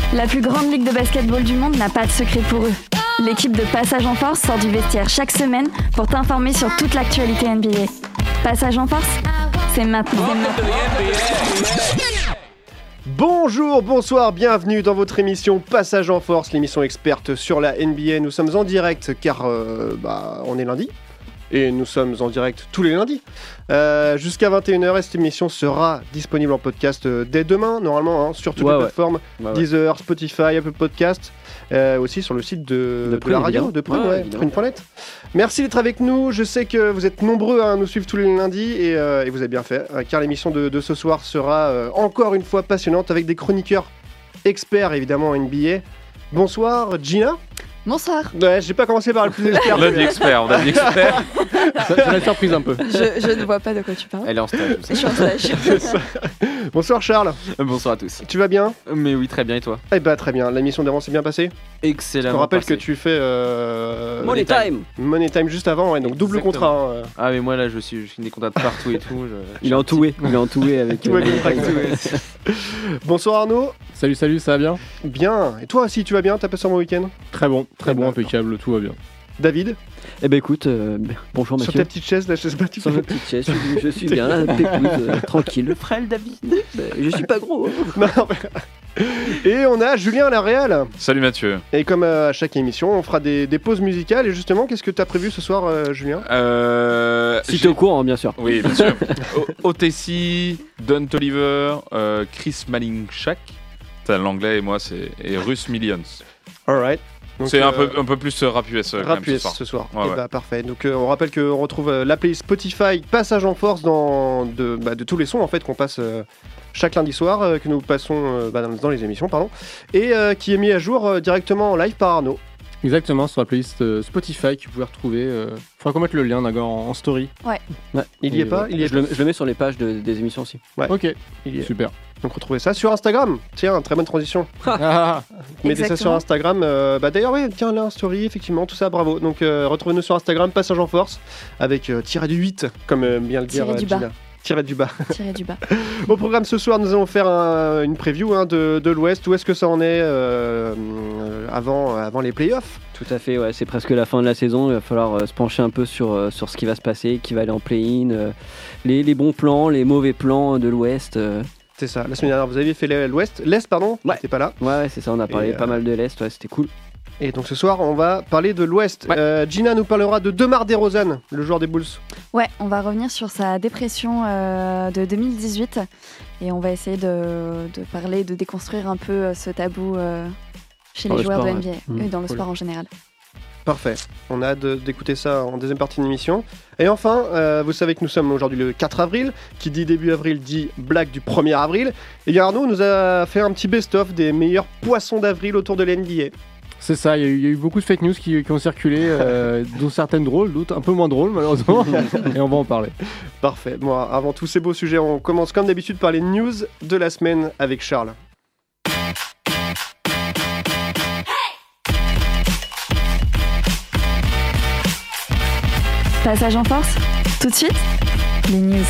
La plus grande ligue de basketball du monde n'a pas de secret pour eux. L'équipe de Passage en Force sort du vestiaire chaque semaine pour t'informer sur toute l'actualité NBA. Passage en Force, c'est maintenant. Bonjour, bonsoir, bienvenue dans votre émission Passage en Force, l'émission experte sur la NBA. Nous sommes en direct car on est lundi. Et nous sommes en direct tous les lundis jusqu'à 21h et cette émission sera disponible en podcast dès demain normalement sur toutes les plateformes Deezer, Spotify, Apple Podcast, aussi sur le site de la radio de Prune.net. Merci d'être avec nous, je sais que vous êtes nombreux à nous suivre tous les lundis et vous avez bien fait car l'émission de ce soir sera encore une fois passionnante avec des chroniqueurs experts évidemment en NBA. Bonsoir Gina. Bonsoir. Ouais, j'ai pas commencé par le plus expert. On a dit expert. Ça m'a surprise un peu. Je ne vois pas de quoi tu parles. Elle est en stage. Je suis en stage. Bonsoir Charles. Bonsoir à tous. Tu vas bien ? Mais oui, très bien, et toi ? Eh bah très bien, l'émission d'avant s'est bien passée ? Excellent. Je te rappelle que tu fais Money Time juste avant, ouais, donc double Exactement. contrat. Ah mais moi là je suis des contrats de partout et tout. Il est entoué avec Bonsoir Arnaud. Salut, ça va bien ? Bien. Et toi aussi tu vas bien ? T'as passé un bon week-end ? Très bon, impeccable, tout va bien. David ? Eh ben écoute, bonjour Sur Mathieu. ta petite chaise, la chaise battue. Sur ma petite chaise, je suis bien là, pépouse, tranquille. Le frêle David, je suis pas gros. Non, et on a Julien à la Réal. Salut Mathieu. Et comme à chaque émission, on fera des pauses musicales. Et justement, qu'est-ce que tu as prévu ce soir, Julien ? Si t'es au courant, bien sûr. Oui, bien sûr. OTC, Don Toliver, Chris Malinchak. T'as l'anglais et moi, c'est Russ Millions. Alright. Donc, c'est un peu plus rap US ce soir. Ouais, Bah, parfait. Donc on rappelle qu'on retrouve la playlist Spotify Passage en Force de tous les sons en fait qu'on passe chaque lundi soir, que nous passons dans les émissions, et qui est mis à jour directement en live par Arnaud. Exactement, sur la playlist Spotify que vous pouvez retrouver. Faudra qu'on mette le lien d'accord en story. Ouais. Il y est pas. Je le mets sur les pages des émissions aussi. Ouais. Ok, il y est. Super. Donc retrouvez ça sur Instagram. Tiens, très bonne transition. Mettez ça sur Instagram. D'ailleurs, ouais, tiens, là, story, effectivement, tout ça, bravo. Donc retrouvez-nous sur Instagram, Passage en Force, avec tiré du 8, comme bien le dire Gina. Tiré du bas. Au programme ce soir, nous allons faire une preview de l'Ouest. Où est-ce que ça en est avant les playoffs ? Tout à fait, ouais, c'est presque la fin de la saison. Il va falloir se pencher un peu sur ce qui va se passer, qui va aller en play-in, les bons plans, les mauvais plans de l'Ouest. C'est ça. La semaine dernière, vous aviez fait l'Est, pardon. Ouais. T'étais pas là. Ouais, c'est ça. On a parlé pas mal de l'Est. Ouais, c'était cool. Et donc ce soir, on va parler de l'Ouest. Ouais. Gina nous parlera de DeMar DeRozan, le joueur des Bulls. Ouais, on va revenir sur sa dépression de 2018 et on va essayer de parler, de déconstruire un peu ce tabou chez les joueurs de NBA et dans le sport en général. Parfait. On a hâte d'écouter ça en deuxième partie de l'émission. Et enfin, vous savez que nous sommes aujourd'hui le 4 avril. Qui dit début avril dit blague du 1er avril. Et bien Arnaud nous a fait un petit best-of des meilleurs poissons d'avril autour de l'NBA. C'est ça, il y a eu beaucoup de fake news qui ont circulé, dont certaines drôles, d'autres un peu moins drôles malheureusement. Et on va en parler. Parfait. Bon, avant tous ces beaux sujets, on commence comme d'habitude par les news de la semaine avec Charles. Passage en Force, tout de suite, les news.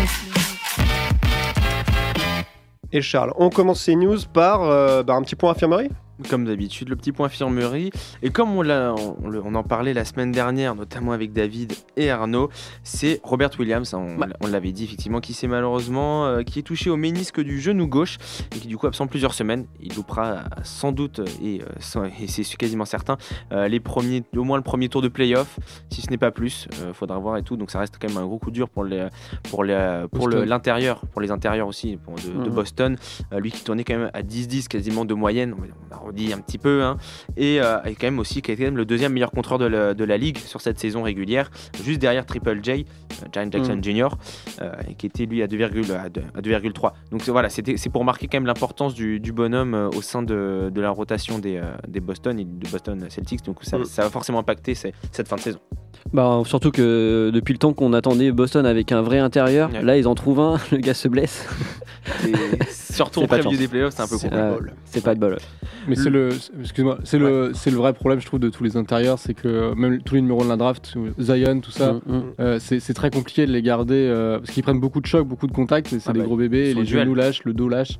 Et Charles, on commence ces news par un petit point infirmerie. Comme d'habitude, le petit point infirmerie. Et comme on en parlait la semaine dernière, notamment avec David et Arnaud, c'est Robert Williams, on l'avait dit effectivement, qui s'est malheureusement qui est touché au ménisque du genou gauche et qui du coup absent plusieurs semaines. Il loupera sans doute, et c'est quasiment certain, au moins le premier tour de play-off, si ce n'est pas plus. Faudra voir et tout. Donc ça reste quand même un gros coup dur pour l'intérieur, pour les intérieurs aussi, de Boston. Lui qui tournait quand même à 10-10 quasiment de moyenne. On a redit un petit peu, et quand même aussi qui est quand même le deuxième meilleur contreur de la ligue sur cette saison régulière, juste derrière Triple J, Jaren Jackson Jr., qui était lui à 2,3. Donc voilà, c'est pour marquer quand même l'importance du bonhomme au sein de la rotation des Boston et de Boston Celtics. Donc ça va forcément impacter cette fin de saison. Surtout que depuis le temps qu'on attendait Boston avec un vrai intérieur, là ils en trouvent un, le gars se blesse. Surtout en preview des playoffs, c'est un peu compliqué. C'est pas de bol. Mais c'est le vrai problème, je trouve, de tous les intérieurs, c'est que même tous les numéros de la draft, Zion, tout ça, c'est très compliqué de les garder parce qu'ils prennent beaucoup de chocs, beaucoup de contacts, et c'est des gros bébés, et les genoux lâchent, le dos lâche.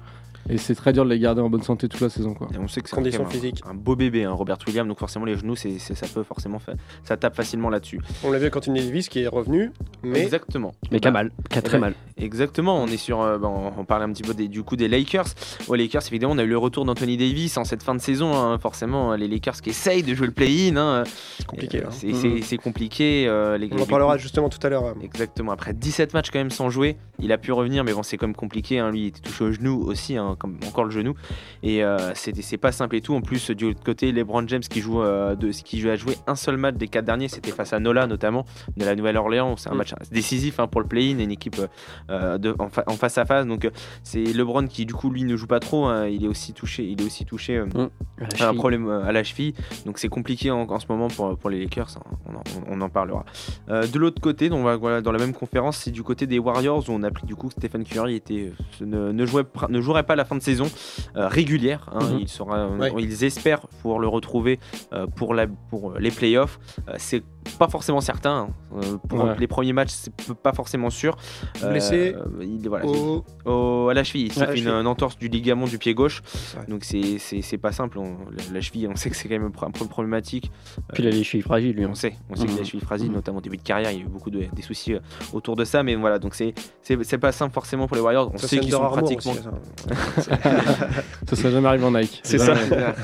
Et c'est très dur de les garder en bonne santé toute la saison, quoi. Et on sait que c'est Conditions physiques. Un beau bébé, Robert Williams, donc forcément les genoux, ça peut forcément faire, ça tape facilement là-dessus. On l'a vu avec Anthony Davis qui est revenu, mais Exactement. Mais qui a très mal. Exactement, on est sur, on parlait un petit peu des Lakers. Aux Lakers, évidemment, on a eu le retour d'Anthony Davis en cette fin de saison, hein, forcément, les Lakers qui essayent de jouer le play-in. Hein, c'est compliqué. C'est compliqué. On en parlera justement tout à l'heure. Exactement, après 17 matchs quand même sans jouer, il a pu revenir, mais bon, c'est quand même compliqué. Hein, lui, il était touché au genou aussi, hein, encore le genou. Et c'est pas simple et tout. En plus, du autre côté, LeBron James qui a joué un seul match des 4 derniers, c'était face à Nola notamment, de la Nouvelle-Orléans. C'est un match décisif pour le play-in et une équipe en face à face. Donc c'est LeBron qui du coup lui ne joue pas trop. Hein, il est aussi touché un problème à la cheville. Donc c'est compliqué en ce moment pour les Lakers. On en parlera. De l'autre côté, donc dans la même conférence, c'est du côté des Warriors où on a appris du coup que Stephen Curry ne jouerait pas la fin de saison régulière. Hein, ils espèrent pouvoir le retrouver pour les playoffs. C'est pas forcément certain. Pour les premiers matchs, c'est pas forcément sûr. Blessé à la cheville. Il s'est fait une entorse du ligament du pied gauche. Donc c'est pas simple. La cheville, on sait que c'est quand même un peu problématique. Puis il a les chevilles fragiles, lui. On sait qu'il a les chevilles fragiles, notamment au début de carrière. Il y a eu beaucoup des soucis autour de ça. Mais voilà, donc c'est pas simple forcément pour les Warriors. On sait qu'ils sont pratiquement. Ça serait jamais arrivé en Nike. C'est ça.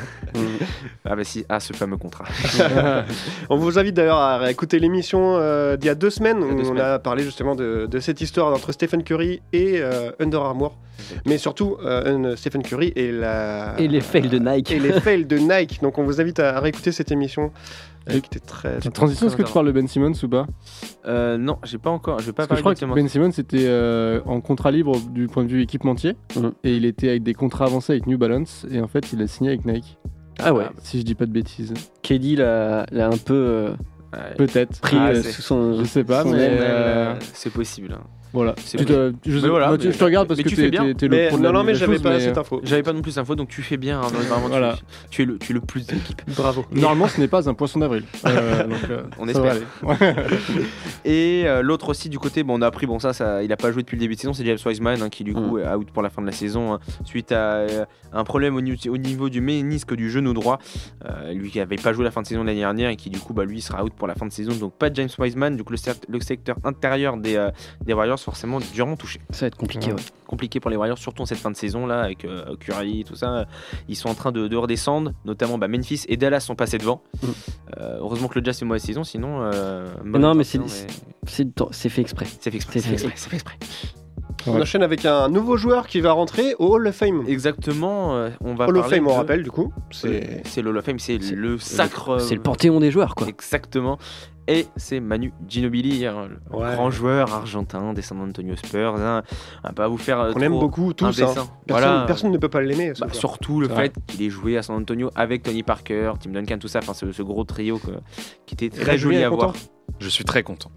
Ce fameux contrat. On vous invite d'ailleurs à écouter l'émission d'il y a 2 semaines où on a parlé justement de cette histoire entre Stephen Curry et Under Armour. Mais surtout Stephen Curry et les fails de Nike. Et les fails de Nike. Donc on vous invite à réécouter cette émission. Qui était très transition, est-ce que tu parles de Ben Simmons ou pas? Non, j'ai pas encore. Je crois que Ben Simmons était en contrat libre du point de vue équipementier et il était avec des contrats avancés avec New Balance et en fait il a signé avec Nike. Ah ouais. Si je dis pas de bêtises. KD l'a un peu peut-être pris sous son. Je sais pas, mais c'est possible. Hein. Voilà. Je te regarde parce que t'es le pro de Non, mais j'avais pas cette info. J'avais pas non plus d'infos, donc tu fais bien. Hein, vraiment, voilà. Tu es le plus de l'équipe. Bravo. Normalement, ce n'est pas un poisson d'avril. On espère. Et l'autre aussi du côté, on a appris, ça, il a pas joué depuis le début de saison, c'est James Wiseman qui du coup est out pour la fin de la saison suite à un problème au niveau du ménisque du genou droit. Lui qui avait pas joué la fin de saison l'année dernière et qui du coup lui sera out pour la fin de saison. Donc pas de James Wiseman, du coup le secteur intérieur des Warriors forcément durement touché. Ça va être compliqué. Compliqué pour les Warriors, surtout en cette fin de saison là avec Curry, tout ça. Ils sont en train de redescendre, notamment Memphis et Dallas sont passés devant. Heureusement que le Jazz fait une mauvaise saison, sinon. Non, mais c'est fait exprès. C'est fait exprès. On enchaîne avec un nouveau joueur qui va rentrer au Hall of Fame. Exactement. On va Hall of Fame, on rappelle du coup. C'est le Hall of Fame, c'est le sacre. C'est le panthéon des joueurs, quoi. Exactement. Et c'est Manu Ginobili, le grand joueur argentin des San Antonio Spurs. On va pas vous faire. On aime beaucoup tous. Personne ne peut pas l'aimer. Surtout le fait qu'il ait joué à San Antonio avec Tony Parker, Tim Duncan, tout ça. Enfin, ce gros trio qui était très joli à voir. Je suis très content.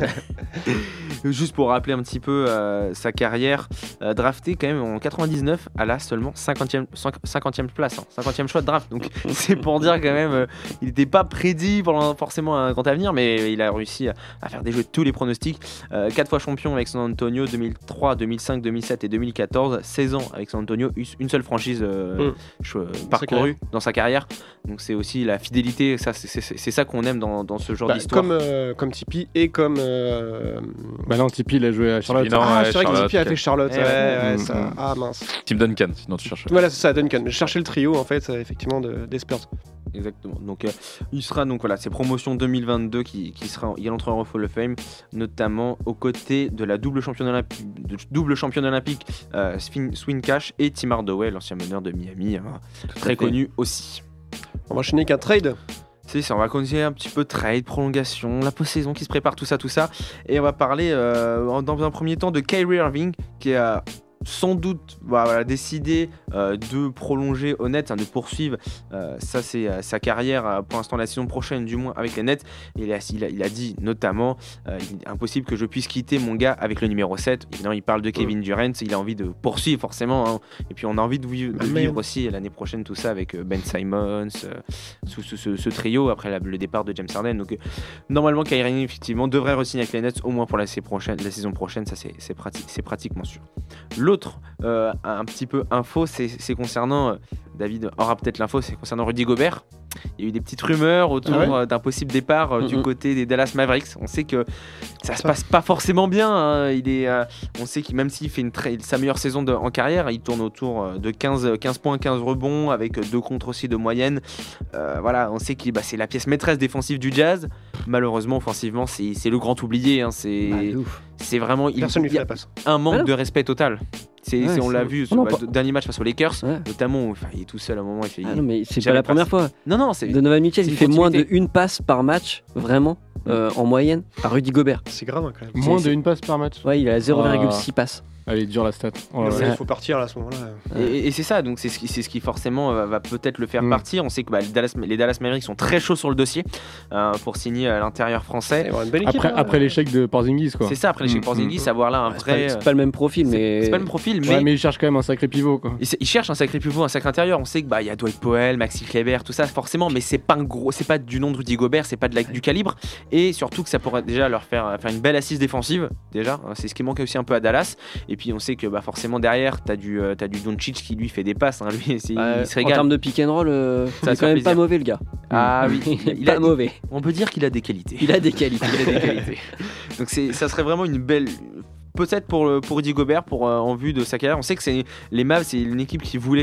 Juste pour rappeler un petit peu sa carrière, drafté quand même en 99, elle a seulement 50e place, 50e choix de draft. Donc c'est pour dire quand même, il n'était pas prédit pour forcément un grand avenir, mais il a réussi à faire déjouer tous les pronostics. 4 fois champion avec San Antonio, 2003, 2005, 2007 et 2014. 16 ans avec San Antonio, une seule franchise parcourue dans sa carrière. Donc c'est aussi la fidélité, ça, c'est ça qu'on aime dans ce genre d'histoire. Comme Tipeee et comme. Non, Tipeee il a joué à Charlotte. C'est vrai que Tipeee a fait Charlotte. Ça. Ah mince. Tim Duncan, sinon tu cherches. Voilà, c'est ça, Duncan. Je cherchais le trio en fait, effectivement, des Spurs. Exactement. Donc il sera c'est promotion 2022 il entrera au Hall of Fame, notamment aux côtés de la double championne olympique Swin Cash et Tim Hardaway, l'ancien meneur de Miami, très connu aussi. On va enchaîner avec un trade. C'est ça, on va continuer un petit peu trade, prolongation, la post-saison qui se prépare, tout ça. Et on va parler dans un premier temps de Kyrie Irving qui a sans doute décidé de prolonger aux Nets, de poursuivre sa carrière pour l'instant la saison prochaine du moins avec les Nets. Et il a dit notamment il est impossible que je puisse quitter mon gars avec le numéro 7. Évidemment il parle de Kevin Durant, il a envie de poursuivre forcément et puis on a envie de vivre aussi l'année prochaine tout ça avec Ben Simmons ce trio après le départ de James Harden. Donc normalement Kyrie effectivement devrait re-signer avec les Nets au moins pour la saison prochaine, ça c'est pratiquement sûr. l'autre un petit peu info, c'est concernant David aura peut-être l'info, c'est concernant Rudy Gobert. Il y a eu des petites rumeurs autour d'un possible départ du côté des Dallas Mavericks. On sait que ça se passe pas forcément bien. Hein. On sait que même s'il fait sa meilleure saison en carrière, il tourne autour de 15 points, 15 rebonds, avec 2 contres aussi de moyenne. Voilà, on sait que c'est la pièce maîtresse défensive du Jazz. Malheureusement, offensivement, c'est le grand oublié. Hein. C'est vraiment personne lui fait la passe. Un manque de respect total. On l'a vu sur le dernier match face aux Lakers, notamment. Il est tout seul à un moment. Non, mais c'est pas la première fois. Non, Donovan Mitchell, il fait moins de 1 passe par match, vraiment, en moyenne, à Rudy Gobert. C'est grave quand même. Moins de 1 passe par match. Ouais, il a 0,6 passes. Elle est dure la stat. Il faut partir là, à ce moment-là. Et c'est ça, donc c'est ce qui forcément va peut-être le faire partir. On sait que les Dallas Mavericks sont très chauds sur le dossier pour signer à l'intérieur français. Après l'échec de Porzingis, quoi. C'est ça, après l'échec de Porzingis, avoir là un vrai. C'est pas le même profil, mais. C'est pas le même profil, mais il cherche quand même un sacré pivot, quoi. Il cherche un sacré pivot, un sacré intérieur. On sait que y a Dwight Powell, Maxi Kleber, tout ça, forcément, mais c'est pas du nom de Rudy Gobert, c'est pas du calibre. Et surtout que ça pourrait déjà leur faire une belle assise défensive, déjà. C'est ce qui manque aussi un peu à Dallas. Et puis on sait que forcément derrière t'as du Doncic qui lui fait des passes, hein. Lui il se régale. En termes de pick and roll, c'est quand même pas mauvais le gars. Ah oui, il est mauvais. On peut dire qu'il a des qualités. Il a des qualités. Donc ça serait vraiment une belle. Peut-être pour Rudy Gobert, en vue de sa carrière. On sait que les Mavs, c'est une équipe qui voulait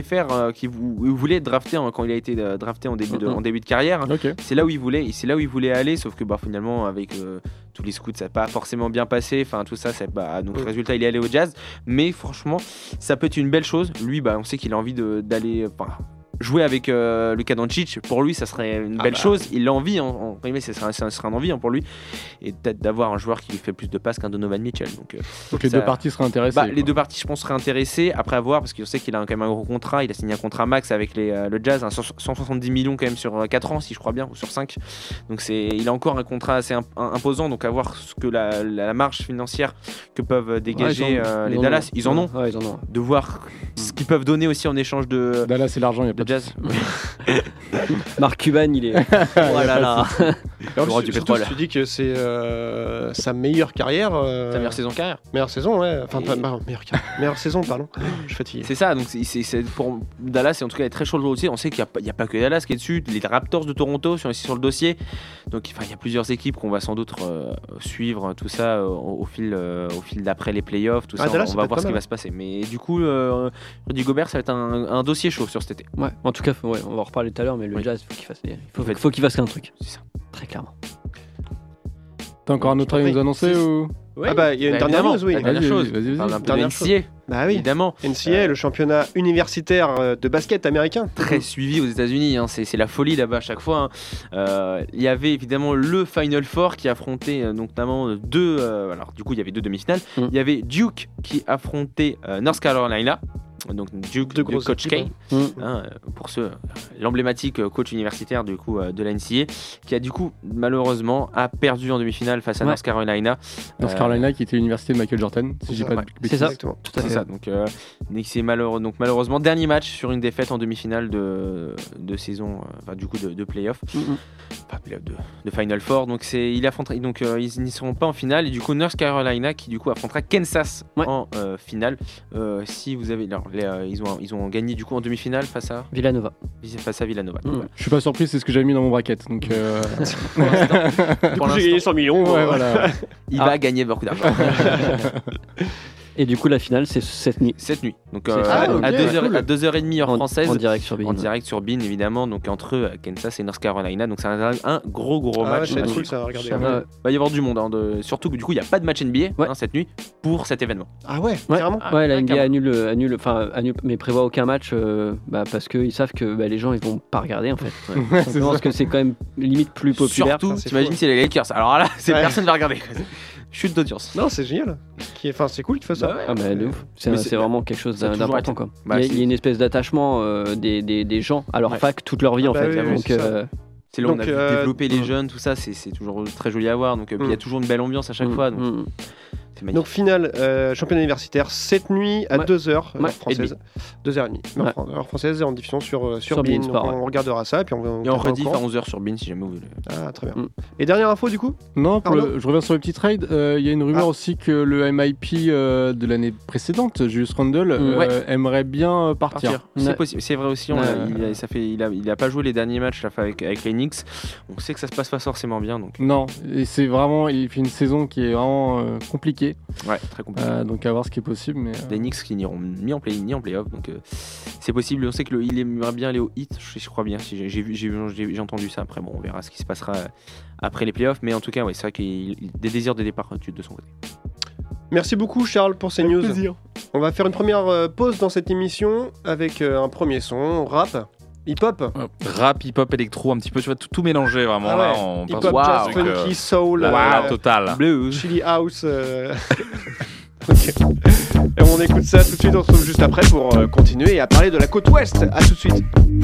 être drafté quand il a été drafté en début de carrière. Okay. C'est là où il voulait aller, sauf que finalement avec tous les scouts, ça n'a pas forcément bien passé. Enfin tout ça, donc le résultat, il est allé au Jazz. Mais franchement, ça peut être une belle chose. Lui, on sait qu'il a envie d'aller. Jouer avec Luka Doncic, pour lui ça serait une belle chose. Il l'a envie, ça serait un envie pour lui, et peut-être d'avoir un joueur qui lui fait plus de passes qu'un Donovan Mitchell. Donc les deux parties seraient intéressées. Les deux parties, je pense, seraient intéressées. Après avoir, parce qu'on sait qu'il a quand même un gros contrat, il a signé un contrat max avec le Jazz, 170 millions quand même sur 4 ans, si je crois bien, ou sur 5. Donc il a encore un contrat assez imposant. Donc à voir ce que la marge financière que peuvent dégager les Dallas, ils en ont. De voir ce qu'ils peuvent donner aussi en échange de Dallas et l'argent, il y a pas Jazz. Mark Cuban, il est. Voilà là. Surtout, tu dis que c'est sa meilleure carrière. Sa meilleure saison carrière. Meilleure saison, ouais. Enfin, meilleure saison, pardon. Je suis fatigué. C'est ça, donc c'est pour Dallas, et en tout cas, il est très chaud le dossier. On sait qu'il n'y a pas que Dallas qui est dessus. Les Raptors de Toronto sont ici sur le dossier. Donc, il y a plusieurs équipes qu'on va sans doute suivre tout ça au fil d'après les playoffs. Tout ça, Dallas, on va voir ce qui va se passer. Mais du coup, Rudy Gobert, ça va être un dossier chaud sur cet été. Ouais, en tout cas, on va en reparler tout à l'heure, mais le Jazz, faut qu'il fasse un truc. C'est ça. Très clairement. T'as encore un autre truc à nous annoncer ou... Ouais. Il y a une dernière chose, oui. Dernière chose. Vas-y. Dernière NCAA. Bah oui. Évidemment. NCAA, le championnat universitaire de basket américain. Très suivi aux États-Unis, hein. C'est la folie là-bas à chaque fois. Hein. Il y avait évidemment le Final Four qui affrontait notamment deux. Alors du coup, il y avait deux demi-finales. Il y avait Duke qui affrontait North Carolina. Donc Duke de Coach K, pour l'emblématique coach universitaire du coup de la NCAA, qui a du coup malheureusement a perdu en demi-finale face à North Carolina. North Carolina qui était l'université de Michael Jordan, si j'ai pas de bêtises. C'est ça, exactement. Tout à fait. C'est ça. Donc c'est malheureusement dernier match sur une défaite en demi-finale de saison, du coup de play-off, de Final Four. Donc ils n'y seront pas en finale, et du coup North Carolina qui du coup affrontera Kansas en finale. Si vous avez ils ont gagné du coup en demi-finale face à Villanova. Voilà. Je suis pas surpris, c'est ce que j'avais mis dans mon bracket. Donc du coup, j'ai gagné 100 millions. Voilà. Il va gagner beaucoup d'argent. Et du coup, la finale, c'est cette nuit. Donc à 2h30 heure française. En direct sur Bein. En direct sur Bein, évidemment. Donc entre Kansas et North Carolina. Donc c'est un gros match. C'est cool, ça va regarder. Il va y avoir du monde. Surtout que du coup, il n'y a pas de match NBA cette nuit pour cet événement. Ah ouais, carrément. La NBA annule, mais prévoit aucun match parce qu'ils savent que les gens ils vont pas regarder en fait. Je pense que c'est quand même limite plus populaire. Surtout, t'imagines si les Lakers. Alors là, personne va regarder. Chute d'audience. Non, c'est génial. C'est cool qu'il fasse ça. De ouf. C'est vraiment quelque chose d'important quoi. Il y a une espèce d'attachement des gens à leur fac toute leur vie en fait. Donc c'est là où on a vu développer les jeunes, tout ça, c'est toujours très joli à voir. Donc il y a toujours une belle ambiance à chaque fois. Donc Donc finale championnat universitaire cette nuit à 2h heure française. 2h30 heure française en diffusion sur Bein. On regardera ça et puis on rediff à 11h sur Bein si jamais vous voulez. Ah très bien. Et dernière info du coup? Non, je reviens sur le petit trade. Il y a une rumeur aussi que le MIP de l'année précédente, Julius Randle, aimerait bien partir. C'est possible. C'est vrai aussi. Il a pas joué les derniers matchs avec les Knicks. On sait que ça se passe pas forcément bien. Donc. Non, et c'est vraiment, il fait une saison qui est vraiment compliquée. Ouais, très compliquée. Donc à voir ce qui est possible. Mais des Knicks qui n'iront ni en play-in ni en play-off. Donc c'est possible. On sait qu'il aimerait bien aller au hit. Je crois bien. J'ai entendu ça. Après, bon, on verra ce qui se passera après les play-offs. Mais en tout cas, c'est vrai qu'il y a des désirs de départ de son côté. Merci beaucoup Charles pour ces news. Plaisir. On va faire une première pause dans cette émission avec un premier son, rap, hip-hop. Rap, hip-hop, électro, un petit peu, tu vois, tout mélangé vraiment. Ah ouais. Là, on hip-hop, jazz, funky, soul, total. Bleu, chili house. Okay. Et on écoute ça tout de suite, on se retrouve juste après pour continuer à parler de la côte ouest. À tout de suite.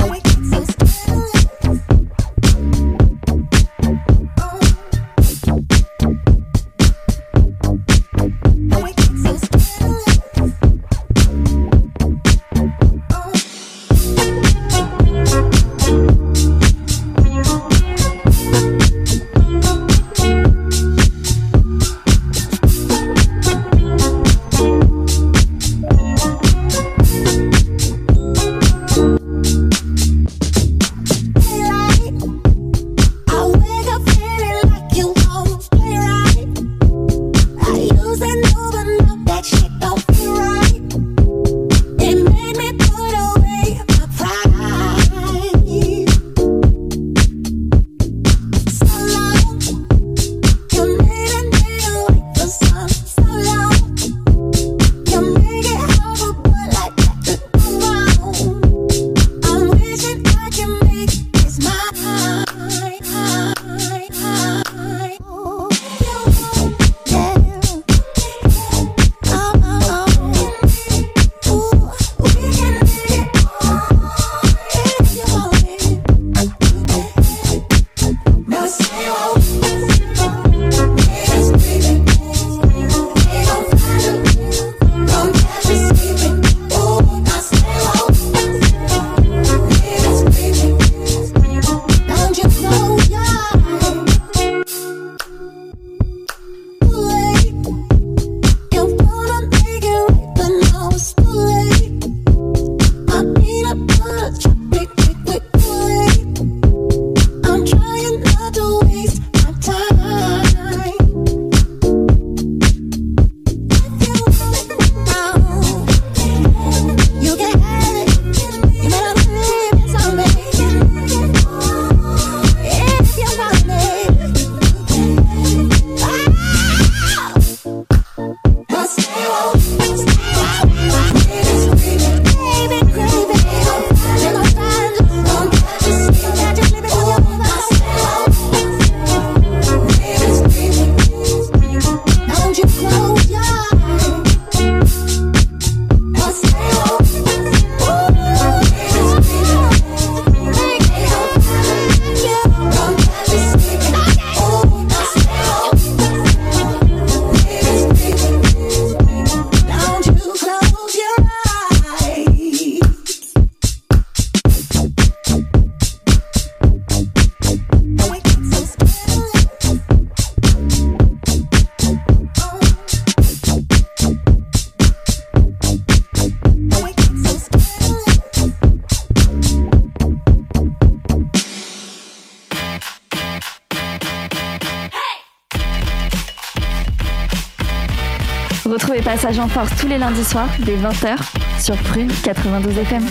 Retrouvez Passage en Force tous les lundis soirs dès 20h sur Prune 92 FM.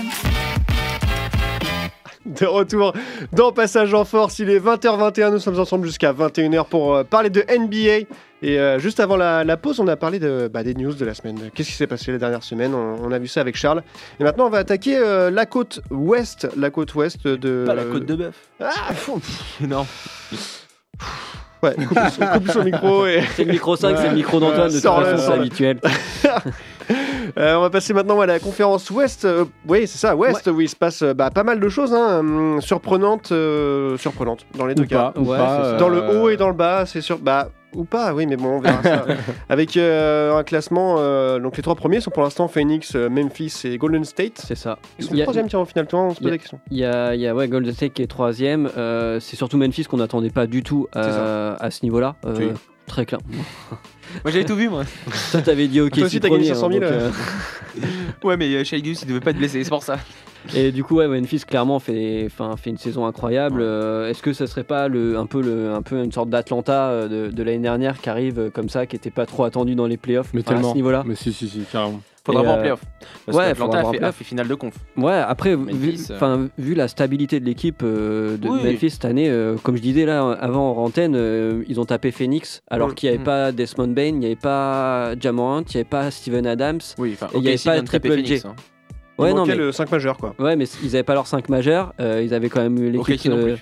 De retour dans Passage en Force, il est 20h21, nous sommes ensemble jusqu'à 21h pour parler de NBA. Et juste avant la pause, on a parlé des news de la semaine. Qu'est-ce qui s'est passé la dernière semaine? On a vu ça avec Charles. Et maintenant, on va attaquer la côte ouest. La côte ouest de... Pas la côte de bœuf. Ah, non. Ouais, coupe son micro. Et... C'est le micro 5, c'est le micro d'Antoine, de toute façon, c'est habituel. On va passer maintenant à la conférence Ouest. Oui, c'est ça, Ouest, où il se passe pas mal de choses surprenantes dans les deux cas. Dans le haut et dans le bas, c'est sûr. Ou pas, oui, mais bon, on verra ça. Avec un classement, donc les 3 premiers sont pour l'instant Phoenix, Memphis et Golden State. C'est ça. Ils sont 3e, tiens, au final, toi, on se pose la question. Il y a Golden State qui est 3e. C'est surtout Memphis qu'on n'attendait pas du tout à ce niveau-là. Oui. Très clair. Moi j'avais tout vu, moi. Toi, t'avais dit ok. Toi aussi, t'as gagné 500 000. Ouais, mais Shai Gilgeous, il devait pas être blessé, c'est pour ça. Et du coup, Memphis clairement fait une saison incroyable. Est-ce que ça serait pas un peu une sorte d'Atlanta de l'année dernière qui arrive comme ça, qui était pas trop attendu dans les playoffs, mais tellement. à ce niveau-là? Mais si, carrément. Faudra voir en playoff. Parce qu'Atlanta a fait finale de conf. Ouais, après, Memphis, vu la stabilité de l'équipe de Memphis cette année, comme je disais là avant en antenne, ils ont tapé Phoenix alors qu'il n'y avait pas Desmond Bain, il n'y avait pas Ja Morant, il n'y avait pas Steven Adams, et il n'y avait pas Triple J. Ouais, non, mais le 5 majeur, quoi. Ouais, mais ils n'avaient pas leurs 5 majeurs, ils avaient quand même l'équipe.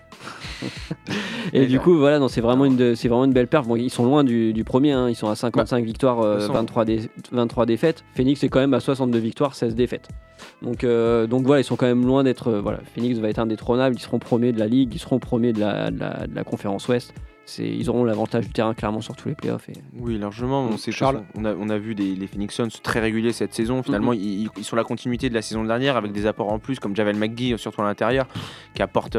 Et du coup, voilà, non, c'est vraiment une belle perf. Bon, ils sont loin du premier, hein. Ils sont à 55 victoires, 23 défaites. Phoenix est quand même à 62 victoires, 16 défaites. Donc voilà, ils sont quand même loin d'être. Voilà, Phoenix va être indétrônable, ils seront premiers de la ligue, ils seront premiers de la conférence Ouest. Ils auront l'avantage du terrain clairement sur tous les playoffs. Oui, largement. On a vu les Phoenix Suns très réguliers cette saison. Finalement, ils sont la continuité de la saison dernière avec des apports en plus comme Javel McGee, surtout à l'intérieur, qui apporte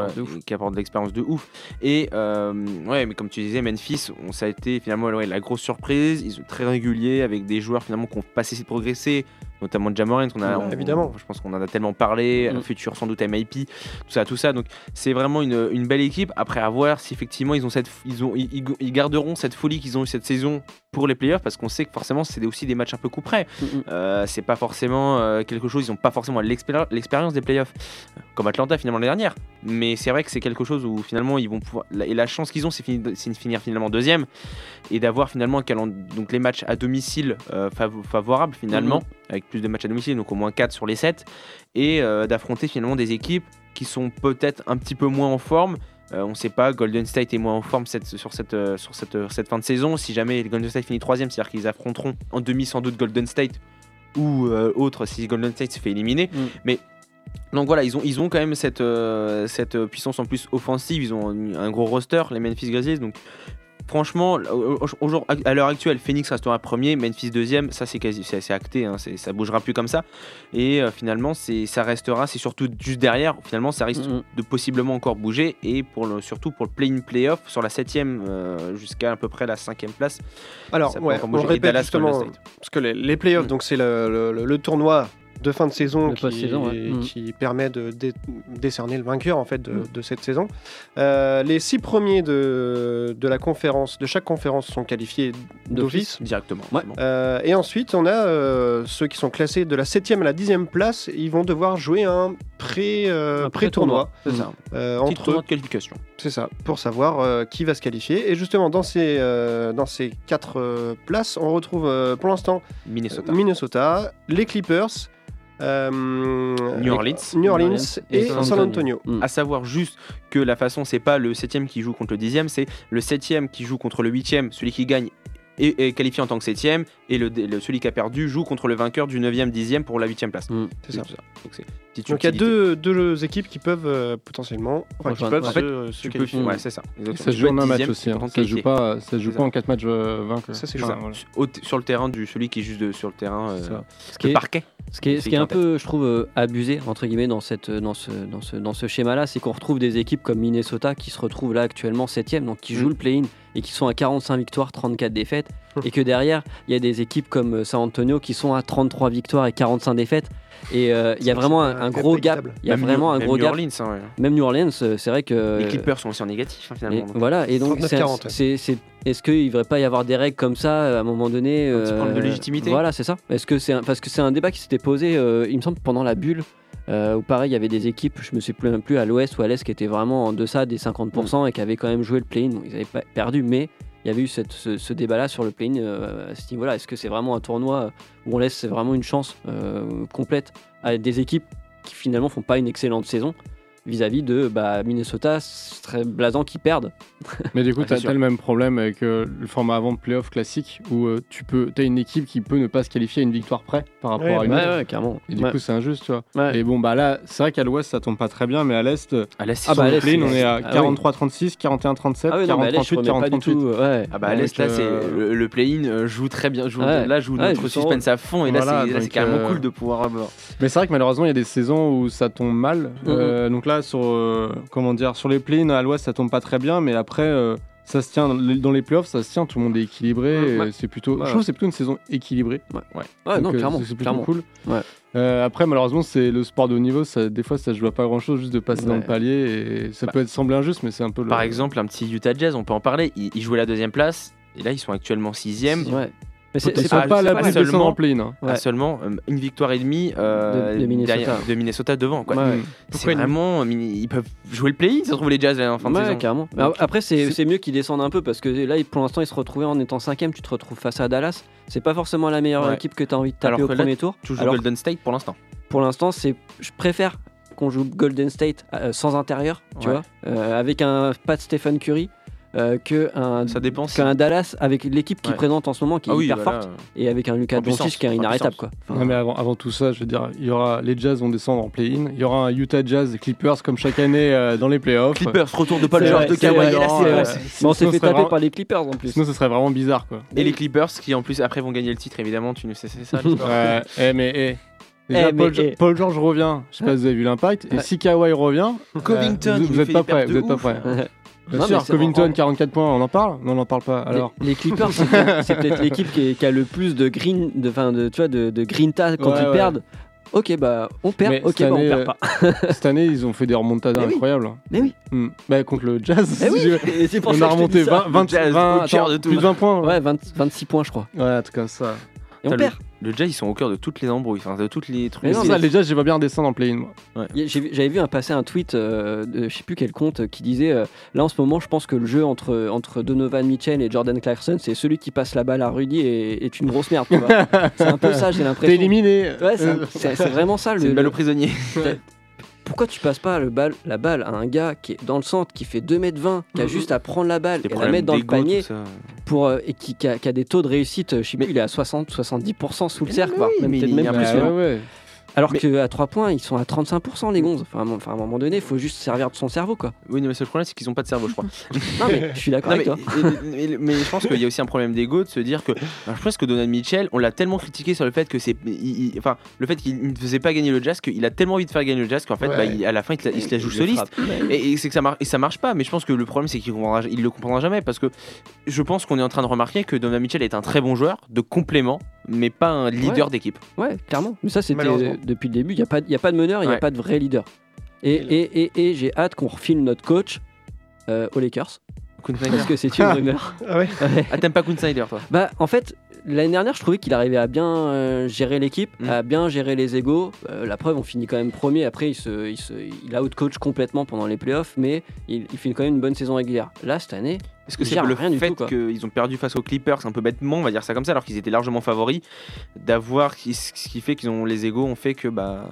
de l'expérience de ouf. Et mais comme tu disais, Memphis, ça a été finalement la grosse surprise. Ils sont très réguliers avec des joueurs finalement qui ont pas cessé de progresser, notamment Ja Morant. Évidemment. Je pense qu'on en a tellement parlé. Futur sans doute MIP, tout ça. Donc c'est vraiment une belle équipe. Après, à voir si effectivement ils garderont cette folie qu'ils ont eu cette saison pour les playoffs, parce qu'on sait que forcément c'est aussi des matchs un peu coup près. C'est pas forcément quelque chose, ils n'ont pas forcément l'expérience des playoffs comme Atlanta finalement l'année dernière, mais c'est vrai que c'est quelque chose où finalement ils vont pouvoir, et la chance qu'ils ont c'est de finir finalement deuxième et d'avoir finalement donc les matchs à domicile favorables finalement, avec plus de matchs à domicile, donc au moins 4 sur les 7, et d'affronter finalement des équipes qui sont peut-être un petit peu moins en forme. On ne sait pas, Golden State est moins en forme sur cette fin de saison. Si jamais Golden State finit 3e, c'est-à-dire qu'ils affronteront en demi sans doute Golden State ou autre si Golden State se fait éliminer. Mais donc voilà, ils ont quand même cette puissance en plus offensive. Ils ont un gros roster, les Memphis Grizzlies. Donc franchement, à l'heure actuelle, Phoenix restera premier, Memphis deuxième, ça c'est acté, hein, ça bougera plus comme ça. Et finalement, ça restera, c'est surtout juste derrière. Finalement, ça risque de possiblement encore bouger, et surtout pour le play-in playoff sur la 7e jusqu'à à peu près la 5e place. Alors, on répète justement, parce que les playoffs, donc c'est le tournoi de fin de saison qui permet de décerner le vainqueur en fait de cette saison. Les 6 premiers de la conférence, de chaque conférence, sont qualifiés d'office directement. Et ensuite on a ceux qui sont classés de la 7e à la 10e place, ils vont devoir jouer un pré-tournoi. C'est ça. Petit tournoi de qualification. C'est ça, pour savoir qui va se qualifier. Et justement dans ces 4 places, on retrouve pour l'instant Minnesota, les Clippers, New Orleans et San Antonio. À savoir juste que la façon, c'est pas le 7e qui joue contre le 10e, c'est le 7e qui joue contre le 8e, celui qui gagne est qualifié en tant que 7e, et celui qui a perdu joue contre le vainqueur du 9e, 10e pour la 8e place. C'est ça. Donc il y a deux équipes qui peuvent potentiellement. C'est ça. Ça se joue en un match aussi. Ça se joue pas en 4 matchs vainqueurs. Ça, c'est sur le terrain celui qui est juste sur le terrain. Le parquet. Ce qui est un peu, je trouve, abusé entre guillemets dans ce schéma-là, c'est qu'on retrouve des équipes comme Minnesota qui se retrouvent là actuellement 7e, donc qui jouent le play-in et qui sont à 45 victoires, 34 défaites, et que derrière il y a des équipes comme San Antonio qui sont à 33 victoires et 45 défaites. Et il y a vraiment un gros gap. Il y a vraiment un gros gap. Même New Orleans, c'est vrai que les Clippers sont aussi en négatif finalement. Voilà, et donc est-ce qu'il ne devrait pas y avoir des règles comme ça à un moment donné, un petit problème de légitimité. Voilà, c'est ça. Parce que c'est un débat qui s'était posé, il me semble, pendant la bulle. Où pareil, il y avait des équipes, je me souviens plus à l'ouest ou à l'est, qui étaient vraiment en deçà des 50% et qui avaient quand même joué le play-in. Bon, ils n'avaient pas perdu, mais il y avait eu ce débat-là sur le play-in à ce niveau-là. Est-ce que c'est vraiment un tournoi où on laisse vraiment une chance complète à des équipes qui finalement font pas une excellente saison? vis-à-vis de Minnesota. Ce serait blasant qu'ils perdent. Mais du coup, tu as le même problème avec le format avant de playoff classique où tu as une équipe qui peut ne pas se qualifier à une victoire près par rapport à une autre. Ouais, carrément. Et du coup, c'est injuste, tu vois. Ouais. Et bon, là, c'est vrai qu'à l'ouest, ça tombe pas très bien, mais à l'est, à l'est, sur le play-in, on est à 43-36, 41-37, 40-38, 40-38. À l'est, là, c'est le play-in joue très bien. Là, joue notre suspense à fond. Et là, c'est carrément cool de pouvoir avoir. Mais c'est vrai que malheureusement, il y a des saisons où ça tombe mal. Donc là, sur les play-in à l'ouest, ça tombe pas très bien, mais après, ça se tient dans les playoffs, ça se tient, tout le monde est équilibré. C'est plutôt, je trouve que c'est plutôt une saison équilibrée. Donc, clairement, c'est plutôt cool. Après, malheureusement, c'est le sport de haut niveau. Des fois, ça ne joue pas grand-chose juste de passer dans le palier. Et ça peut sembler injuste, mais c'est un peu. Par exemple, un petit Utah Jazz, on peut en parler. Ils jouaient la 2e place. Et là, ils sont actuellement 6e. Mais c'est pas à l'abri de descendre en play-in. Seulement une victoire et demie de Minnesota devant. Quoi. C'est vraiment, ils peuvent jouer le play-in, si ça se trouve les Jazz en fin de saison. Carrément. Après, c'est mieux qu'ils descendent un peu parce que là, pour l'instant, ils se retrouvaient en étant 5e. Tu te retrouves face à Dallas. C'est pas forcément la meilleure équipe que tu as envie de taper au premier tour. Toujours Golden State pour l'instant. Pour l'instant, je préfère qu'on joue Golden State sans intérieur, tu vois, avec pas de Stephen Curry. Qu'un Dallas avec l'équipe qui présente en ce moment qui est hyper forte et avec un Luka Doncic qui est inarrêtable quoi. Non mais avant tout ça, je veux dire, il y aura les Jazz vont descendre en play-in, il y aura un Utah Jazz Clippers comme chaque année dans les playoffs. Clippers, retour de Paul George, de Kawhi. On s'est fait taper par les Clippers en plus. Sinon ce serait vraiment bizarre quoi. Et les Clippers qui en plus après vont gagner le titre évidemment, tu ne sais c'est ça. Déjà, Paul George revient, je sais pas si vous avez vu l'impact, et si Kawhi revient, Covington, vous êtes pas prêts. Bien sûr, Covington, 44 points, on en parle ? Non, on n'en parle pas. Alors. Les Clippers, c'est peut-être l'équipe qui a le plus de grinta quand ils perdent. Ok, on perd. Mais on perd pas. Cette année, ils ont fait des remontadas incroyables. Mais oui. Contre le Jazz, on a remonté 20 plus de 20 points. Ouais, 26 points, je crois. Ouais, en tout cas, ça. Et on perd. Le Jazz, ils sont au cœur de toutes les embrouilles, de toutes les trucs. Mais non, les Jazz, j'aimerais bien redescendre en play-in, moi. J'avais vu passer un tweet de je sais plus quel compte qui disait là en ce moment, je pense que le jeu entre Donovan Mitchell et Jordan Clarkson, c'est celui qui passe la balle à Rudy est une grosse merde. Tu vois. C'est un peu ça, j'ai l'impression. T'es éliminé. Ouais, c'est vraiment ça. C'est une balle au prisonnier. Pourquoi tu passes pas la balle à un gars qui est dans le centre, qui fait 2m20, qui a juste à prendre la balle et la mettre dans le panier et qui a des taux de réussite, je sais plus, il est à 60-70% sous le cercle, même plus. Alors qu'à 3 points, ils sont à 35% les gonzes. Enfin, à un moment donné, il faut juste servir de son cerveau, quoi. Oui, mais le seul problème, c'est qu'ils n'ont pas de cerveau, je crois. Non, mais je suis d'accord avec toi. Mais je pense qu'il y a aussi un problème d'ego de se dire que. Je pense que Donovan Mitchell, on l'a tellement critiqué sur le fait que le fait qu'il ne faisait pas gagner le Jazz, qu'il a tellement envie de faire gagner le Jazz qu'en fait, à la fin, il se la joue soliste. Et c'est que ça marche pas. Mais je pense que le problème, c'est qu'il le comprendra jamais parce que je pense qu'on est en train de remarquer que Donovan Mitchell est un très bon joueur de complément, mais pas un leader d'équipe. Ouais, clairement. Mais ça, c'était depuis le début. Il n'y a pas de meneur, il n'y a pas de vrai leader. Et j'ai hâte qu'on refile notre coach aux Lakers. Parce que c'est une rumeur. T'aimes pas Quinn Snyder, toi ? En fait, l'année dernière, je trouvais qu'il arrivait à bien gérer l'équipe, à bien gérer les égos. La preuve, on finit quand même premier. Après, il out-coach complètement pendant les playoffs, mais il finit quand même une bonne saison régulière. Là, cette année, est-ce que c'est le fait qu'ils ont perdu face aux Clippers, un peu bêtement, on va dire ça comme ça, alors qu'ils étaient largement favoris, d'avoir ce qui fait qu'ils ont les égos, ont fait que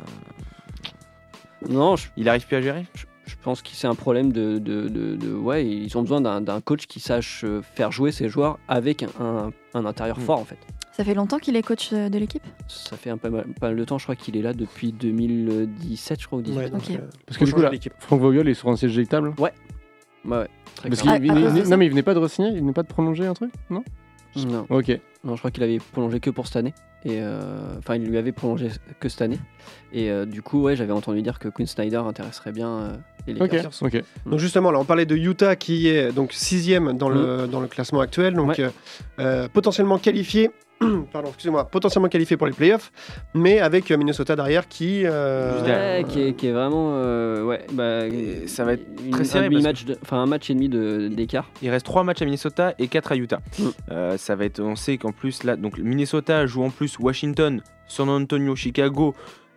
non, il arrive plus à gérer. Je pense que c'est un problème ils ont besoin d'un coach qui sache faire jouer ses joueurs avec un intérieur fort en fait. Ça fait longtemps qu'il est coach de l'équipe ? Ça fait pas mal de temps, je crois qu'il est là depuis 2017, je crois, ou 2018. Ouais, okay. Parce que du coup, là, Franck Vogel est sur un siège éjectable ? Ouais. Parce non, mais il venait pas de re-signer, il venait pas de prolonger un truc ? Non. Ok. Non, je crois qu'il avait prolongé que pour cette année. Et il lui avait prolongé que cette année. Et du coup, j'avais entendu dire que Quinn Snyder intéresserait bien les Lakers. Ok. Donc justement, là, on parlait de Utah qui est donc 6e dans le classement actuel, donc potentiellement qualifié. Potentiellement qualifié pour les playoffs, mais avec Minnesota derrière qui est vraiment ça va être très serré, un match et demi d'écart. Il reste 3 matchs à Minnesota et 4 à Utah. Ça va être, on sait qu'en plus là, donc Minnesota joue en plus Washington, San Antonio, Chicago,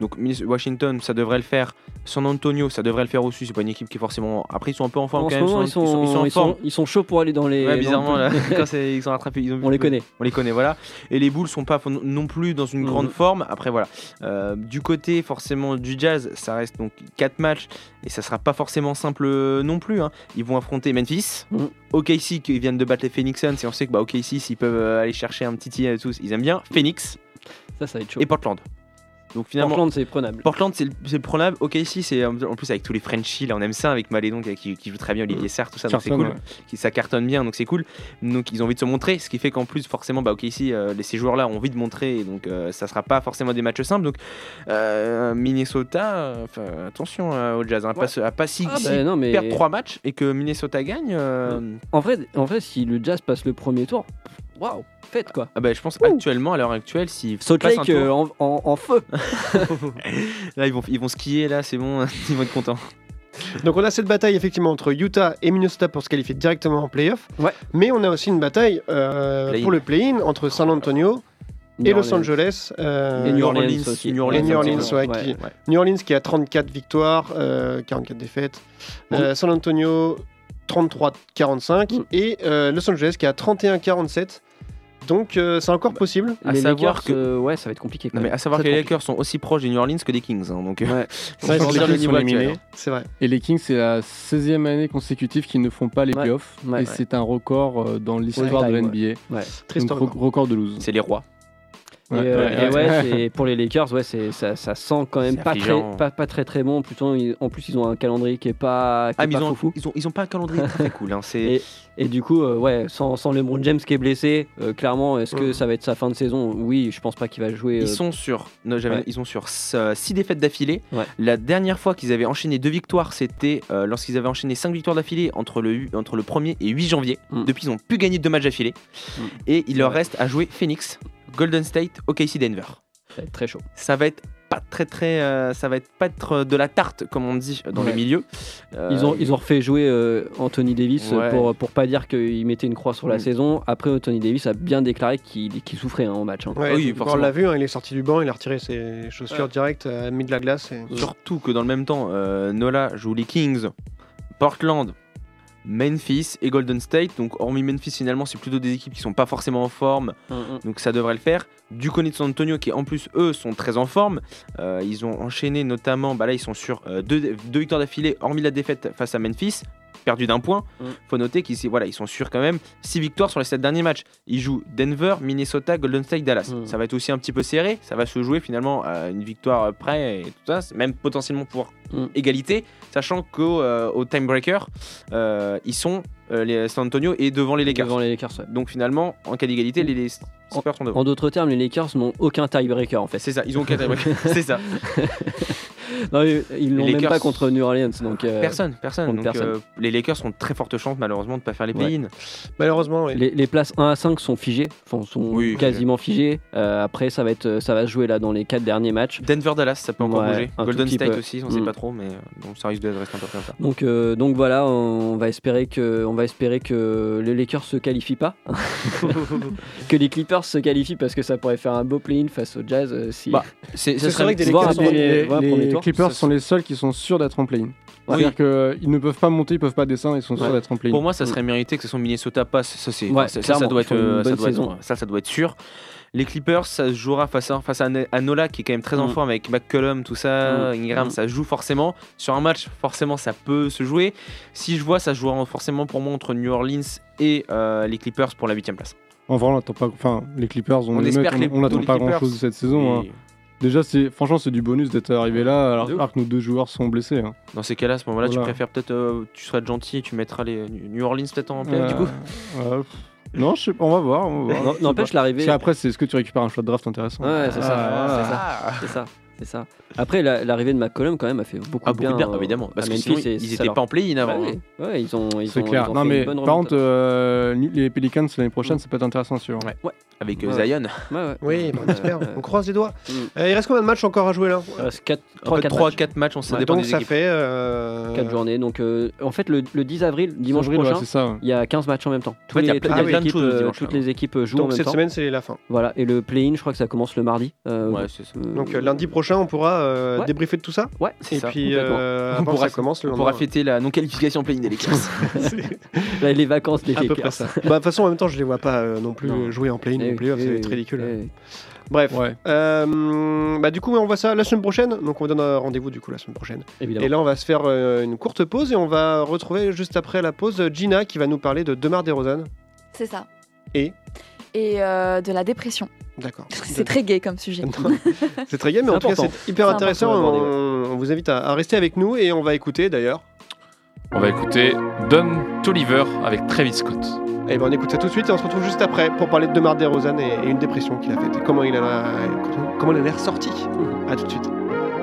Donc Washington, ça devrait le faire. San Antonio, ça devrait le faire aussi. C'est pas une équipe qui est forcément. Après, ils sont un peu en forme quand même. Ils sont chauds pour aller dans les. Ouais, bizarrement, là, quand ils sont rattrapés. On les connaît. On les connaît, voilà. Et les Bulls sont pas non plus dans une grande forme. Après, voilà. Du côté, forcément, du Jazz, ça reste donc 4 matchs. Et ça sera pas forcément simple non plus. Hein. Ils vont affronter Memphis. OKC, qui viennent de battre les Phoenix Suns. Et on sait que OKC, s'ils peuvent aller chercher un petit tir et tout, ils aiment bien. Phoenix. Ça va être chaud. Et Portland. Donc finalement, Portland c'est prenable. Portland c'est prenable. OKC c'est en plus avec tous les Frenchies là on aime ça avec Malédon qui joue très bien, Olivier Sarr tout ça donc c'est cool. Ça cartonne bien donc c'est cool. Donc ils ont envie de se montrer, ce qui fait qu'en plus forcément OKC ces joueurs là ont envie de montrer et donc ça sera pas forcément des matchs simples. Donc Minnesota attention au Jazz hein, perdre 3 matchs et que Minnesota gagne. En vrai si le Jazz passe le premier tour. Waouh, faites quoi. Je pense actuellement, à l'heure actuelle, si Salt Lake en feu. Là ils vont skier là, c'est bon, ils vont être contents. Donc on a cette bataille effectivement entre Utah et Minnesota pour se qualifier directement en play-off. Ouais. Mais on a aussi une bataille pour le play-in entre San Antonio et Los Angeles et New Orleans aussi. New Orleans qui a 34 victoires, 44 défaites. San Antonio 33-45 et Los Angeles qui a 31-47. Donc c'est encore possible. Les Lakers, ça va être compliqué. Non, mais à savoir que les Lakers sont aussi proches des New Orleans que des Kings. Hein, donc c'est le niveau actuel. C'est vrai. Et les Kings, c'est la 16e année consécutive qu'ils ne font pas les playoffs. Et c'est un record dans l'histoire de l'NBA. Triste record de lose. C'est les rois. Et pour les Lakers, ça sent quand même pas très très bon. Plutôt, en plus, ils ont un calendrier qui est pas fou. Ils ont pas un calendrier très cool. Hein, et du coup, sans LeBron James qui est blessé, clairement, est-ce que ça va être sa fin de saison ? Oui, je pense pas qu'il va jouer. Ils sont sur 6 défaites d'affilée. Ouais. La dernière fois qu'ils avaient enchaîné 2 victoires, c'était lorsqu'ils avaient enchaîné 5 victoires d'affilée entre le 1er et 8 janvier. Depuis, ils ont pu gagner 2 matchs d'affilée. Et il leur reste à jouer Phoenix, Golden State, OKC, Denver. Ça va être très chaud. Ça va être pas ça va pas être de la tarte comme on dit dans le milieu. Ils ont refait jouer Anthony Davis pour pas dire qu'il mettait une croix sur la saison. Après Anthony Davis a bien déclaré qu'il souffrait en match. Hein. Oui, on l'a vu, il est sorti du banc, il a retiré ses chaussures direct, a mis de la glace. Surtout que dans le même temps, Nola joue les Kings, Portland, Memphis et Golden State. Donc hormis Memphis finalement c'est plutôt des équipes qui sont pas forcément en forme. Donc ça devrait le faire. Du côté de San Antonio qui en plus eux sont très en forme. Ils ont enchaîné notamment, là ils sont sur 2 victoires d'affilée hormis la défaite face à Memphis. Perdu d'1 point. Faut noter qu'ils ils sont sûrs quand même 6 victoires sur les 7 derniers matchs. Ils jouent Denver, Minnesota, Golden State, Dallas. Ça va être aussi un petit peu serré. Ça va se jouer finalement à une victoire près et tout ça. Même potentiellement pour égalité. Sachant qu'au timebreaker, ils sont les San Antonio et devant les Lakers. Donc finalement, en cas d'égalité, les Spurs sont devant. En d'autres termes, les Lakers n'ont aucun tiebreaker en fait. C'est ça, ils ont aucun tiebreaker. C'est ça. Non, ils l'ont même pas contre New Orleans. Donc, personne. Donc, les Lakers ont très forte chance malheureusement de ne pas faire les play-in. Malheureusement, oui. Les places 1 à 5 sont figées, quasiment figées. Après, ça va se jouer là dans les 4 derniers matchs. Denver-Dallas, ça peut encore bouger. Golden State aussi, on ne sait pas trop, mais bon, ça risque de rester un peu comme ça. Donc voilà, on va espérer que les Lakers se qualifient pas, que les Clippers se qualifient parce que ça pourrait faire un beau play-in face au Jazz. C'est vrai que les Clippers sont les seuls qui sont sûrs d'être en play-in. C'est-à-dire qu'ils ne peuvent pas monter, ils ne peuvent pas descendre, ils sont sûrs d'être en play-in. Pour moi, ça serait mérité que ce soit Minnesota passe. Ça doit être sûr. Les Clippers, ça se jouera face à Nola qui est quand même très en forme avec McCollum, tout ça, Ingram, ça se joue forcément. Sur un match, forcément, ça peut se jouer. Si je vois, ça se jouera forcément pour moi entre New Orleans et les Clippers pour la 8e place. En vrai, on n'attend pas. Enfin, les Clippers, on n'attend pas grand-chose de cette saison. Hein. Déjà, franchement, c'est du bonus d'être arrivé là alors que nos 2 joueurs sont blessés. Hein. Dans ces cas-là, à ce moment-là, tu préfères peut-être, tu serais gentil et tu mettras les New Orleans peut-être en play du coup. Non, je sais pas, on va voir. N'empêche l'arrivée. Après, c'est ce que tu récupères un choix de draft intéressant. Ouais, c'est ça. Après, l'arrivée de McCollum quand même a fait beaucoup de bien. Évidemment, parce que sinon, ils étaient pas en play-in avant. Ouais, ils ont. C'est clair. Non, mais par contre, les Pelicans l'année prochaine, ça peut être intéressant sûr. Ouais. avec Zion. Oui, on espère. On croise les doigts. Il reste combien de matchs encore à jouer là? Il reste 3-4 matchs, on sait dépend donc des ça équipes. fait 4 journées. Donc en fait, le 10 avril, dimanche prochain, c'est ça. il y a 15 matchs en même temps. En fait, il y a plein de choses le dimanche. Toutes les équipes jouent donc en même cette temps. semaine, c'est la fin. Voilà, et le play-in, je crois que ça commence le mardi. Ouais, c'est ça. Donc lundi prochain, on pourra débriefer de tout ça. Ouais, Et ça, puis complètement. ça commence le On lendemain. pourra fêter la non-qualification play-in des Lakers. Là, les vacances des À peu près Lakers. ça. De toute façon, en même temps, je les vois pas non plus jouer en play-in non plus. C'est ridicule. Bref. Ouais. Du coup, on voit ça la semaine prochaine. Donc, on donne un rendez-vous du coup la semaine prochaine. Évidemment. Et là, on va se faire une courte pause et on va retrouver juste après la pause Gina qui va nous parler de DeMar DeRozan. C'est ça. Et de la dépression. D'accord. C'est très gai comme sujet. C'est très gai, mais en tout cas, important. c'est hyper C'est intéressant. important d'aborder, On vous invite à rester avec nous et on va écouter d'ailleurs. On va écouter Don Toliver avec Travis Scott. Et ben on écoute ça tout de suite et on se retrouve juste après pour parler de DeMar DeRozan et une dépression qu'il a faite et comment il en est ressorti. À tout de suite.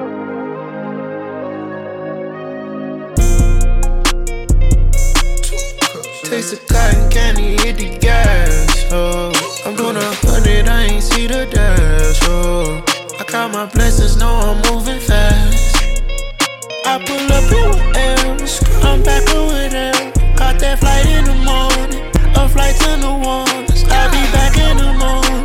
Taste of cotton candy, hit the gas, oh. I'm doing 100, I ain't see the dash, oh. I count my blessings, know I'm moving fast. I pull up in M's, I'm back over there. Caught that flight in the morning, a flight to New Orleans. I'll be back in the morning.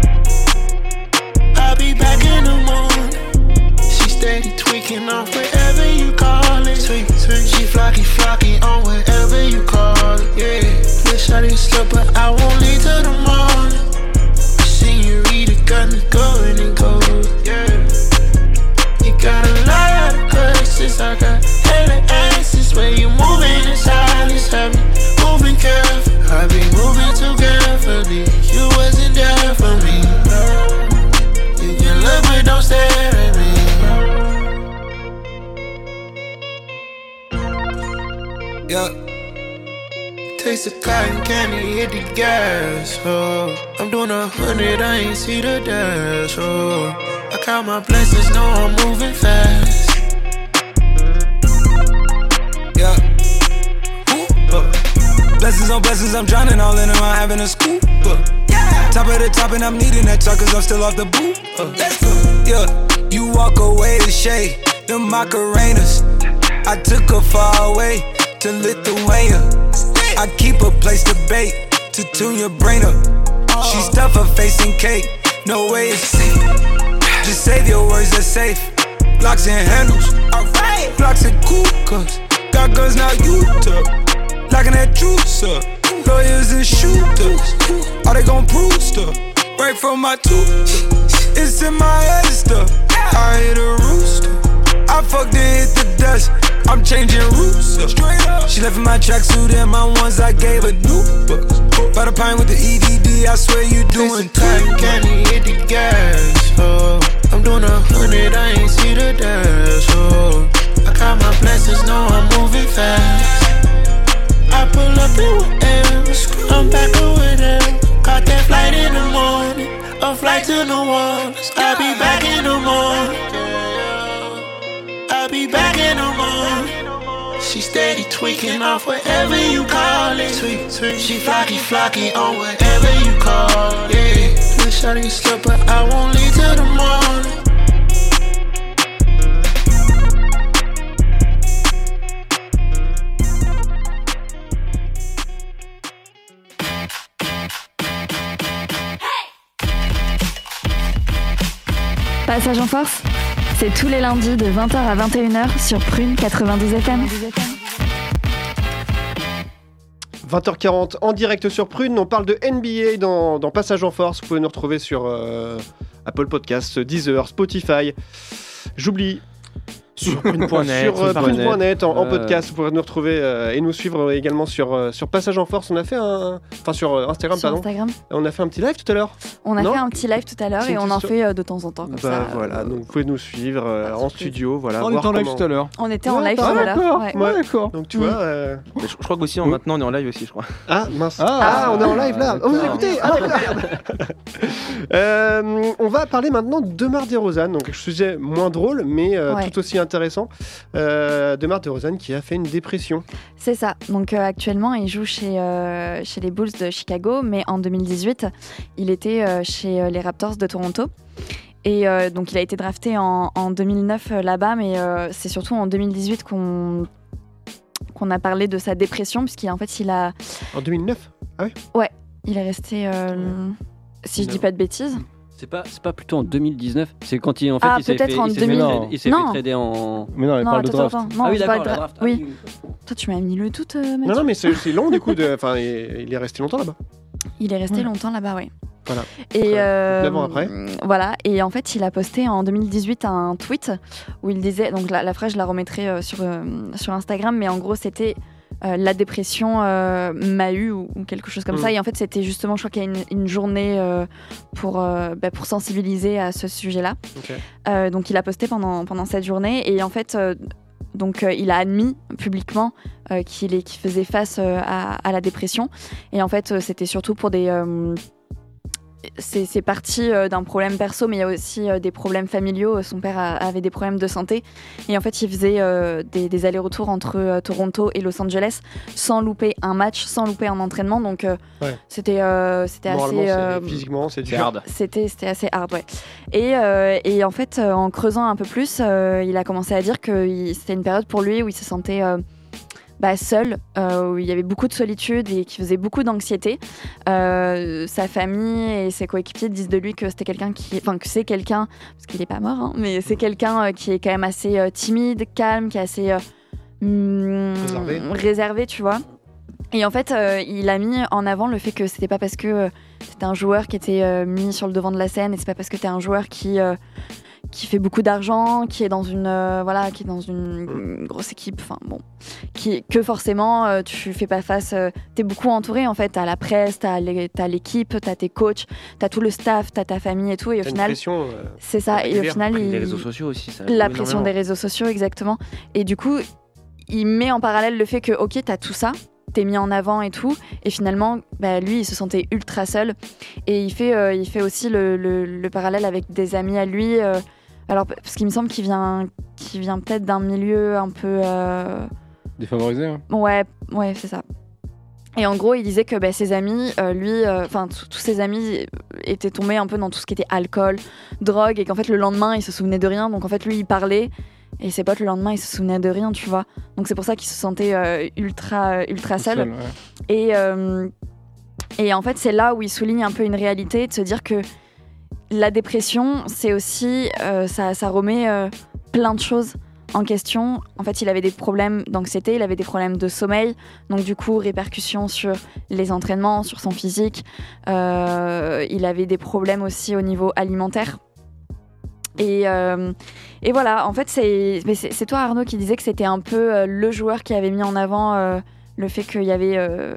I'll be back in the morning. She steady tweaking off wherever you call it. Tweak, tweak. She flocky on wherever you call it. Yeah, wish I didn't slip, but I won't leave till the morning. Senorita got me going and going. Yeah, you got a lot of questions. I got hella answers. Where you moving in silence, have me moving careful. I be moving too carefully. You wasn't there for me. You can look but don't stare at me. Yeah. Taste of cotton candy, hit the gas, oh. I'm doing 100, I ain't see the dash, oh. I count my blessings, know I'm moving fast. Yeah. Blessings on blessings, I'm drowning all in them, I'm having a scoop. Top of the top and I'm needing that talk cause I'm still off the boot. Let's go. Yeah, you walk away to shade, the Macarenas. I took her far away to Lithuania. I keep a place to bake, to tune your brain up. She stuff her face in cake, no way it's safe. Just save your words, they're safe. Glocks and handles, alright. Glocks and cookers, got guns now you took. Locking that juice up, lawyers and shooters. Are they gon' prove stuff? Right from my tooth, it's in my head stuff. I hit a rooster, I fucked and hit the dust. I'm changing routes up. She left in my tracksuit and my ones I gave her new books. By the pine with the EDD, I swear you doing cotton candy, hit the gas, oh. I'm doing 100, I ain't see the dash, oh. I count my blessings, know I'm moving fast. I pull up in M's, I'm back over there. Caught that flight in the morning, a flight to New Orleans. I'll be back in the morning. I'll be back in the morning. She steady tweaking off whatever you call it. Tweak, tweak. She flocky on whatever you call it. Yeah, wish I didn't slip, but I won't leave till the morning. Passage en force, c'est tous les lundis de 20h à 21h sur Prune 92 FM. 20h40 en direct sur Prune, on parle de NBA dans Passage en Force. Vous pouvez nous retrouver sur Apple Podcasts, Deezer, Spotify. J'oublie. Sur prune.net, sur prune.net en podcast, vous pourrez nous retrouver et nous suivre également sur Passage en Force. On a fait sur Instagram, Sur pardon. Instagram. On a fait un petit live tout à l'heure. On a Non fait un petit live tout à l'heure C'est et on en une fait de temps en temps comme ça. Voilà, donc vous pouvez nous suivre en surprise. studio. Voilà, On voir est en live comment- tout à l'heure. On était en Ouais, live tout ah, à l'heure. d'accord. Ouais. Ouais. D'accord. Donc tu vois. Mais je crois qu'aussi maintenant on est en live aussi, je crois. Ah mince. Ah, on est en live là. Oh, vous d'accord. écoutez. Ah d'accord. On va parler maintenant de DeMar DeRozan, donc un sujet moins drôle, mais Ouais. tout aussi intéressant. intéressant. DeMar DeRozan qui a fait une dépression. C'est ça. Donc actuellement, il joue chez les Bulls de Chicago, mais en 2018, il était chez les Raptors de Toronto. Et donc il a été drafté en 2009 là-bas, mais c'est surtout en 2018 qu'on a parlé de sa dépression, puisqu'en fait il a... En 2009 ? Ah oui ? Ouais, il est resté, si je dis pas de bêtises... C'est pas plutôt en 2019. C'est quand il s'est fait trader en. Mais non, il parle de draft. Non, oui, d'accord, la draft. Oui. Toi, tu m'as mis le doute, Mathieu. Non, mais c'est long du coup. Enfin, il est resté longtemps là-bas. Il est resté longtemps là-bas, oui. Voilà. Et 9 ans après. Voilà. Et en fait, il a posté en 2018 un tweet où il disait, donc la phrase, je la remettrai sur Instagram, mais en gros, c'était. La dépression m'a eu ou quelque chose comme ça, et en fait c'était justement, je crois qu'il y a une journée pour sensibiliser à ce sujet-là. Okay. Donc il a posté pendant cette journée, et en fait il a admis publiquement qu'il faisait face à la dépression, et en fait c'était surtout pour des c'est parti d'un problème perso, mais il y a aussi des problèmes familiaux. Son père avait des problèmes de santé, et en fait il faisait des allers-retours entre Toronto et Los Angeles sans louper un match, sans louper un entraînement, donc c'était assez physiquement c'est dur. Hard. C'était assez hard, ouais. Et en fait en creusant un peu plus, il a commencé à dire que c'était une période pour lui où il se sentait seul, où il y avait beaucoup de solitude et qui faisait beaucoup d'anxiété. Sa famille et ses coéquipiers disent de lui que c'est quelqu'un, parce qu'il n'est pas mort, hein, mais c'est quelqu'un qui est quand même assez timide, calme, qui est assez réservé, tu vois. Et en fait, il a mis en avant le fait que c'était pas parce que c'était un joueur qui était mis sur le devant de la scène, et c'est pas parce que t'es un joueur qui fait beaucoup d'argent, qui est dans une grosse équipe, enfin bon, que forcément tu fais pas face, t'es beaucoup entouré en fait, t'as la presse, t'as l'équipe, t'as tes coachs, t'as tout le staff, t'as ta famille et tout, et au final pression, c'est ça, et au final les réseaux sociaux aussi, ça la pression des réseaux sociaux, exactement, et du coup il met en parallèle le fait que ok, t'as tout ça, t'es mis en avant et tout, et finalement lui il se sentait ultra seul, et il fait aussi le parallèle avec des amis à lui, alors parce qu'il me semble qu'il vient peut-être d'un milieu un peu défavorisé, hein. Ouais, c'est ça. Et en gros il disait que ses amis, tous ses amis étaient tombés un peu dans tout ce qui était alcool, drogue, et qu'en fait le lendemain il se souvenait de rien, donc en fait lui il parlait et ses potes le lendemain ils se souvenaient de rien, tu vois, donc c'est pour ça qu'il se sentait ultra seul, ouais. Et en fait c'est là où il souligne un peu une réalité, de se dire que la dépression c'est aussi ça remet plein de choses en question. En fait il avait des problèmes d'anxiété, il avait des problèmes de sommeil, donc du coup répercussions sur les entraînements, sur son physique, il avait des problèmes aussi au niveau alimentaire. Et voilà, en fait c'est toi Arnaud qui disais que c'était un peu le joueur qui avait mis en avant le fait qu'il y avait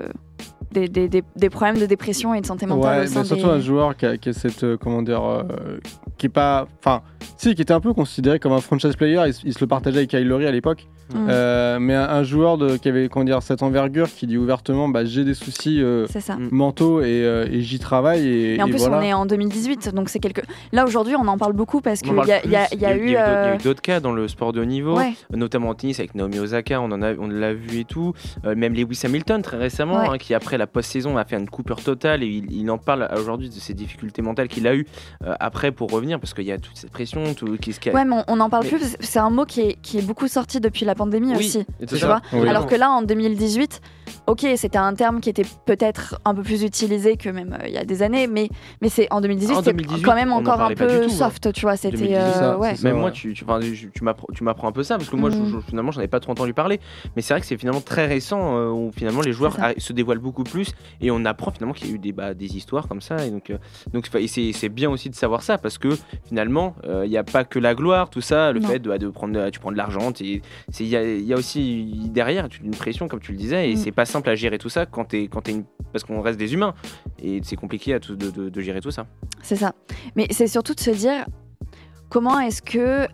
des problèmes de dépression et de santé mentale au sein mais surtout un joueur qui a cette qui est pas, enfin qui était un peu considéré comme un franchise player, il se le partageait avec Kyle Lowry à l'époque. Mais un joueur qui avait cette envergure, qui dit ouvertement j'ai des soucis mentaux et j'y travaille, et en plus voilà. On est en 2018, donc c'est là aujourd'hui on en parle beaucoup parce qu'il y a eu d'autres cas dans le sport de haut niveau, notamment en tennis avec Naomi Osaka, on l'a vu et tout, même Lewis Hamilton très récemment, qui après la post-saison a fait une coupure totale, et il en parle aujourd'hui de ses difficultés mentales qu'il a eu après pour revenir, parce qu'il y a toute cette pression, mais on n'en parle plus, c'est un mot qui est beaucoup sorti depuis la pandémie aussi, tu vois. Alors que là en 2018, ok, c'était un terme qui était peut-être un peu plus utilisé que même il y a des années, mais c'est en 2018, c'était quand même encore un peu soft, tu vois, c'était même moi tu m'apprends un peu ça, parce que moi finalement j'en avais pas trop entendu parler, mais c'est vrai que c'est finalement très récent, où finalement les joueurs se dévoilent beaucoup plus, et on apprend finalement qu'il y a eu des histoires comme ça, et donc c'est bien aussi de savoir ça, parce que finalement il n'y a pas que la gloire, tout ça, le fait de prendre, tu prends de l'argent, il y a aussi derrière une pression, comme tu le disais, et c'est pas simple à gérer tout ça parce qu'on reste des humains, et c'est compliqué de gérer tout ça. C'est ça, mais c'est surtout de se dire comment est-ce que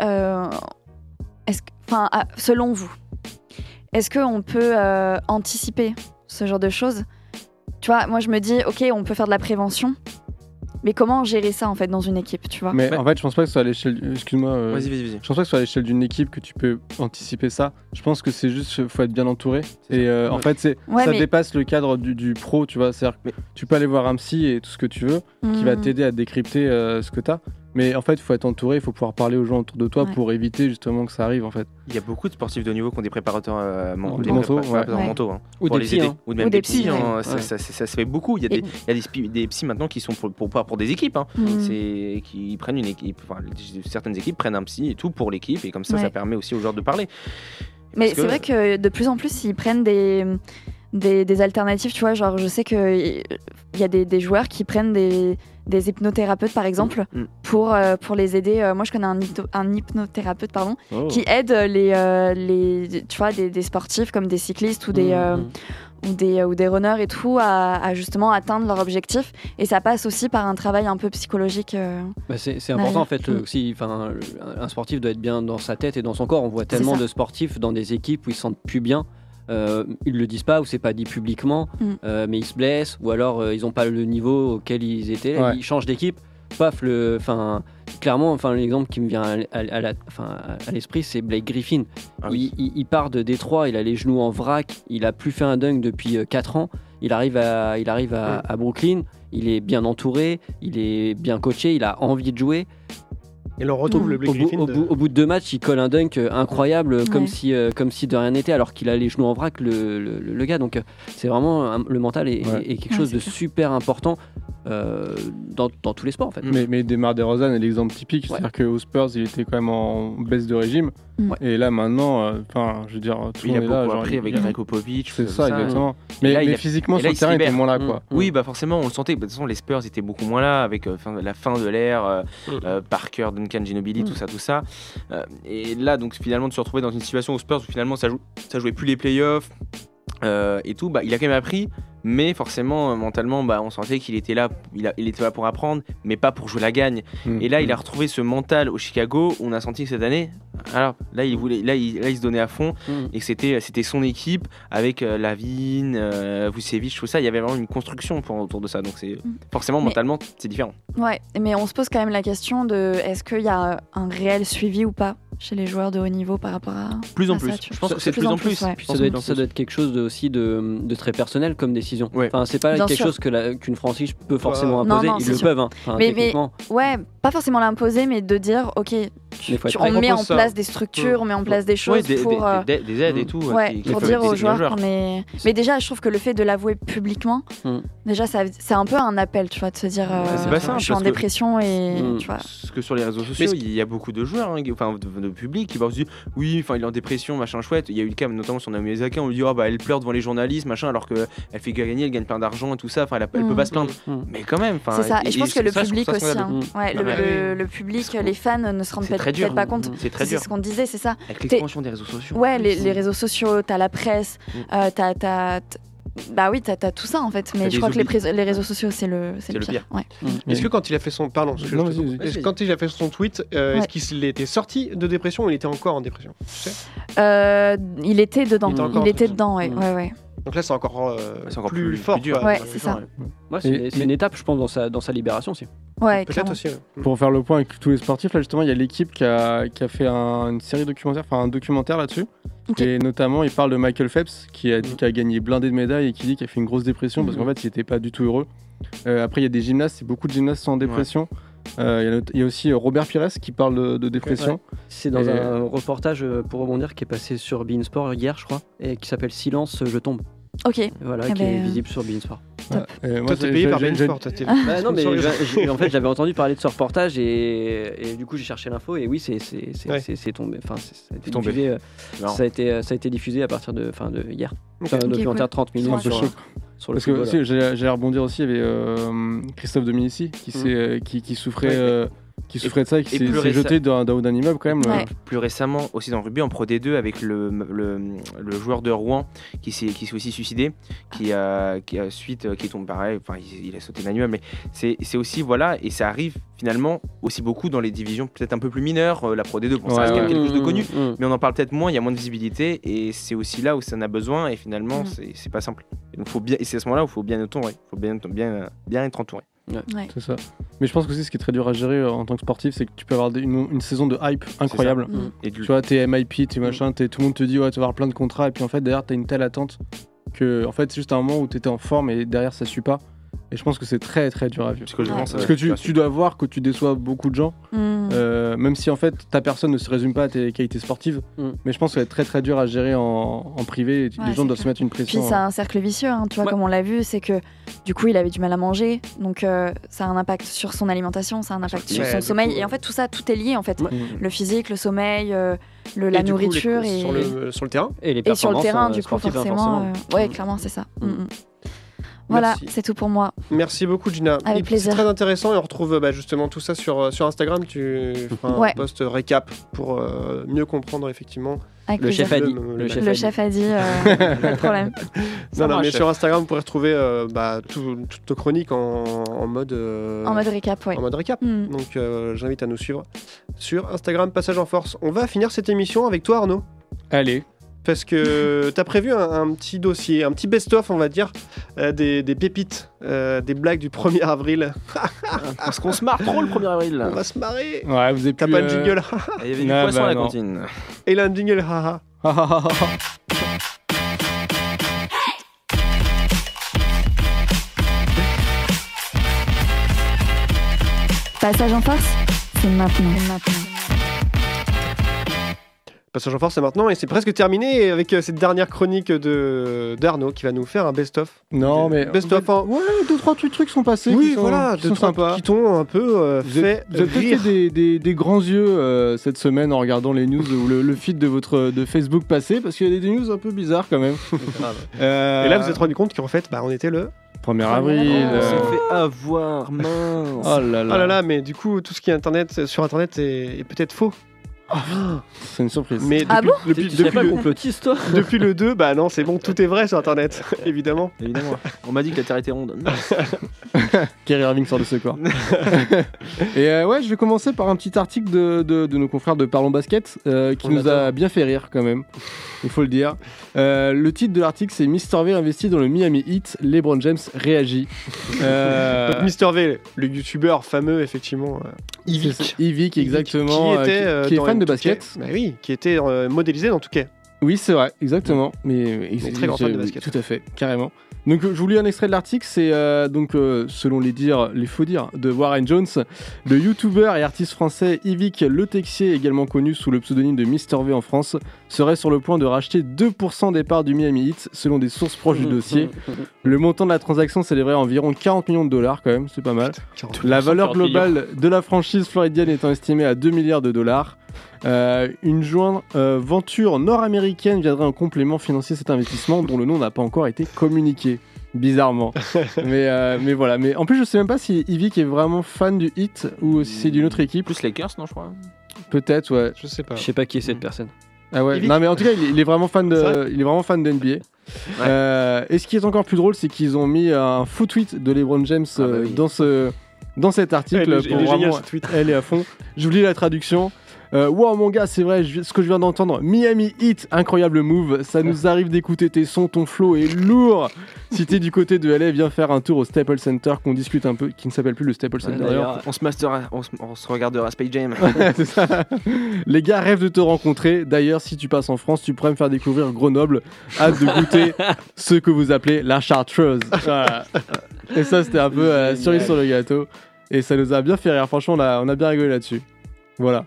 selon vous, est-ce qu'on peut anticiper ce genre de choses? Tu vois, moi je me dis ok, on peut faire de la prévention, Mais comment gérer ça en fait dans une équipe, tu vois? Mais en fait, je pense pas que ce soit à l'échelle. Excuse-moi. Vas-y. Je pense pas que ce soit à l'échelle d'une équipe que tu peux anticiper ça. Je pense que c'est juste faut être bien entouré. En fait, ça dépasse le cadre du pro, tu vois. C'est-à-dire que tu peux aller voir un psy et tout ce que tu veux, qui va t'aider à décrypter ce que t'as. Mais en fait, il faut être entouré, il faut pouvoir parler aux gens autour de toi pour éviter justement que ça arrive en fait. Il y a beaucoup de sportifs de haut niveau qui ont des préparateurs mentaux, mentaux ou des psys, ou même des psys. Ça se fait beaucoup. Il y a des psys maintenant qui sont pour des équipes. C'est qui prennent une équipe. Certaines équipes prennent un psy et tout pour l'équipe et comme ça permet aussi aux joueurs de parler. Mais c'est vrai que de plus en plus, ils prennent des alternatives, tu vois, genre je sais qu'il y a des joueurs qui prennent des hypnothérapeutes par exemple pour les aider. Moi je connais un hypnothérapeute qui aide les tu vois, des sportifs comme des cyclistes ou des runners et tout à justement atteindre leur objectif, et ça passe aussi par un travail un peu psychologique. C'est important en fait aussi. Un sportif doit être bien dans sa tête et dans son corps. On voit tellement de sportifs dans des équipes où ils se sentent plus bien. Ils le disent pas ou c'est pas dit publiquement, mais ils se blessent ou alors ils ont pas le niveau auquel ils étaient. Ils changent d'équipe. Paf, clairement, l'exemple qui me vient à l'esprit, c'est Blake Griffin. Il part de Détroit, il a les genoux en vrac, il a plus fait un dunk depuis 4 ans. Il arrive à Brooklyn, il est bien entouré, il est bien coaché, il a envie de jouer. Et l'on retrouve le Blake Griffin. Au bout de 2 matchs, il colle un dunk incroyable, comme si de rien n'était, alors qu'il a les genoux en vrac, le gars. Donc c'est vraiment le mental est quelque chose de super important dans tous les sports en fait. Mais DeMar DeRozan est l'exemple typique, c'est-à-dire qu'aux Spurs, il était quand même en baisse de régime. Et là maintenant, je veux dire, tout le monde est là. Il a appris avec Greg Popovich. C'est ça, exactement. Mais physiquement, sur le terrain, il était moins là, quoi. Oui, forcément, on le sentait. De toute façon, les Spurs étaient beaucoup moins là, avec la fin de l'ère, Parker, Duncan, Ginobili, tout ça. Et là, donc finalement, de se retrouver dans une situation aux Spurs où finalement ça jouait plus les playoffs et tout, il a quand même appris. Mais forcément, mentalement, on sentait qu'il était là, il était là pour apprendre, mais pas pour jouer la gagne. Et là, il a retrouvé ce mental au Chicago. Où on a senti que cette année, alors là, il se donnait à fond, et que c'était son équipe avec Lavine, Vucevic, tout ça. Il y avait vraiment une construction autour de ça. Donc forcément, mentalement, c'est différent. Ouais, mais on se pose quand même la question de est-ce qu'il y a un réel suivi ou pas chez les joueurs de haut niveau par rapport à plus en plus. Je pense que c'est de plus en plus. Puis ça doit être quelque chose aussi de très personnel comme décision. C'est pas quelque chose qu'une franchise peut forcément imposer. Ils le peuvent. Mais pas forcément l'imposer, mais de dire ok, on met en place des structures, on met en place des choses pour des aides et tout. Pour dire aux joueurs qu'on est. Mais déjà, je trouve que le fait de l'avouer publiquement, déjà, c'est un peu un appel, tu vois, de se dire je suis en dépression et tu vois. Parce que sur les réseaux sociaux, il y a beaucoup de joueurs, de public qui vont se dire oui, il est en dépression, machin chouette. Il y a eu le cas notamment sur Naomi Osaka, on lui dit elle pleure devant les journalistes, machin, alors que elle fait gagner, elle gagne plein d'argent et tout ça. Elle peut pas se plaindre. Mais quand même. C'est ça. Et je pense que le public aussi. Le public, les fans ne se rendent peut-être pas compte. C'est très dur. C'est ce qu'on disait, c'est ça. Avec l'expansion des réseaux sociaux. Ouais, les réseaux sociaux, t'as la presse, t'as tout ça en fait, mais je crois que les réseaux sociaux c'est le pire. Est-ce que quand il a fait son quand il a fait son tweet, est-ce qu'il était sorti de dépression ou il était encore en dépression? Il était dedans. Il était dedans, ouais. Donc là c'est encore plus fort. Plus dur. Ouais, c'est ça. C'est une étape, je pense, dans sa libération aussi. Ouais, peut-être aussi. Pour faire le point avec tous les sportifs, là justement, il y a l'équipe qui a fait une série documentaire, un documentaire là-dessus. Et notamment, il parle de Michael Phelps qui a dit qu'il a gagné blindé de médailles et qui dit qu'il a fait une grosse dépression parce qu'en fait, il n'était pas du tout heureux. Après, il y a des gymnastes, beaucoup de gymnastes sont en dépression. Il y a aussi Robert Pires qui parle de dépression. C'est dans un reportage, pour rebondir, qui est passé sur beIN Sport hier, je crois, et qui s'appelle Silence, je tombe. Ok. Voilà, qui est visible sur beIN Sport. Toi, t'es payé par beIN Sport. Non, mais en fait, j'avais entendu parler de ce reportage et du coup, j'ai cherché l'info et oui, c'est tombé. Enfin, ça a été diffusé à partir de hier. C'est un documentaire de 30 minutes sur le football. Parce que j'allais rebondir aussi, il y avait Christophe Dominici qui souffrait. Qui souffrait de ça et qui s'est jeté d'un immeuble quand même. Plus récemment aussi dans le rugby en Pro D2 avec le joueur de Rouen qui s'est aussi suicidé, qui est tombé pareil, il a sauté manuel, mais c'est aussi et ça arrive finalement aussi beaucoup dans les divisions peut-être un peu plus mineures, la Pro D2 ça reste quand même quelque chose de connu, mais on en parle peut-être moins, il y a moins de visibilité et c'est aussi là où ça en a besoin et finalement c'est pas simple. Et donc et c'est à ce moment-là où il faut bien être entouré, bien être entouré. C'est ça. Mais je pense que aussi, ce qui est très dur à gérer en tant que sportif, c'est que tu peux avoir une saison de hype incroyable. Et tu vois, t'es MIP, t'es machin, tout le monde te dit ouais, tu vas avoir plein de contrats, et puis en fait, derrière, t'as une telle attente que en fait, c'est juste un moment où t'étais en forme et derrière, ça suit pas. Et je pense que c'est très très dur à vivre. Parce que tu dois voir que tu déçois beaucoup de gens, même si en fait ta personne ne se résume pas à tes qualités sportives. Mais je pense que ça va être très très dur à gérer en privé. Les gens doivent se mettre une pression. Puis c'est un cercle vicieux, hein, tu vois, comme on l'a vu, c'est que du coup il avait du mal à manger, donc ça a un impact sur son alimentation, ça a un impact sur son sommeil. Et en fait tout ça, tout est lié en fait. Le physique, le sommeil, la nourriture et sur le terrain. Et sur le terrain, du coup forcément. Ouais, clairement c'est ça. Voilà, c'est tout pour moi. Merci beaucoup, Gina. Avec plaisir. C'est très intéressant et on retrouve justement tout ça sur Instagram. Tu feras un post récap pour mieux comprendre effectivement. Le chef a dit. Le chef a dit, pas de problème. Non, mais sur Instagram, vous pourrez retrouver toutes nos chroniques en mode récap. Ouais. En mode récap. Donc j'invite à nous suivre sur Instagram, Passage en Force. On va finir cette émission avec toi, Arnaud. Allez. Parce que t'as prévu un petit dossier, un petit best-of, on va dire, des pépites, des blagues du 1er avril. Parce qu'on se marre trop le 1er avril. Là. On va se marrer. Ouais, vous avez T'as pas de jingle. Il y avait du poisson à la cantine. Et là, un jingle, haha. Passage en force, c'est maintenant. Passage en force, c'est maintenant et c'est presque terminé avec cette dernière chronique d'Arnaud qui va nous faire un best-of. Non, mais best-of. Ouais, 2-3 petits trucs sont passés. Oui, qui sont, voilà, qui sont sympas. Qui t'ont un peu fait Vous avez peut-être fait des grands yeux cette semaine en regardant les news ou le feed de Facebook passé parce qu'il y a des news un peu bizarres quand même. Et là, vous vous êtes rendu compte qu'en fait, on était le 1er avril. On s'est fait avoir, mince. Oh là là. Oh là là, mais du coup, tout ce qui est sur Internet est peut-être faux. C'est une surprise. Mais depuis pas complotiste, toi. Depuis le 2, bah non, c'est bon, tout est vrai sur Internet, évidemment. On m'a dit que la Terre était ronde. Kyrie Irving sort de ce corps. Et je vais commencer par un petit article de nos confrères de Parlons Basket qui nous a bien fait rire quand même, il faut le dire. Le titre de l'article, c'est Mr V investi dans le Miami Heat, LeBron James réagit. Donc Mr V, le youtubeur fameux, effectivement. Yvick, exactement. Qui est fan de basket. Bah oui, qui était modélisé dans Touquet. Oui, c'est vrai, exactement. Mais il est très grand fan de basket. Tout à fait, carrément. Donc je vous lis un extrait de l'article, c'est selon les faux dires de Warren Jones, le youtubeur et artiste français Yvick Le Texier, également connu sous le pseudonyme de Mr V en France, serait sur le point de racheter 2% des parts du Miami Heat, selon des sources proches du dossier. Le montant de la transaction s'élèverait à environ 40 millions de dollars quand même, c'est pas mal. La valeur globale de la franchise floridienne étant estimée à 2 milliards de dollars. Une jointe venture nord-américaine viendrait en complément financer cet investissement dont le nom n'a pas encore été communiqué, bizarrement. mais voilà. Mais en plus, je sais même pas si Yvick est vraiment fan du Heat ou si c'est d'une autre équipe. Plus Lakers, non, je crois. Peut-être, ouais. Je sais pas. Je sais pas qui est cette personne. Ah ouais. Non, mais en tout cas, il est vraiment fan de NBA. Ouais. Et ce qui est encore plus drôle, c'est qu'ils ont mis un faux tweet de LeBron James dans cet article pour vraiment elle est à fond. Je vous lis la traduction. Wow mon gars, c'est vrai, ce que je viens d'entendre, Miami Heat, incroyable move, ça nous arrive d'écouter tes sons, ton flow est lourd. Si t'es du côté de LA, viens faire un tour au Staples Center qu'on discute un peu, qui ne s'appelle plus le Staples Center d'ailleurs. On se regardera Space Jam. C'est ça. Les gars rêvent de te rencontrer, d'ailleurs si tu passes en France, tu pourrais me faire découvrir Grenoble, hâte de goûter ce que vous appelez la chartreuse. Voilà. Et ça c'était un peu cerise sur le gâteau, et ça nous a bien fait rire, franchement on a bien rigolé là-dessus. Voilà.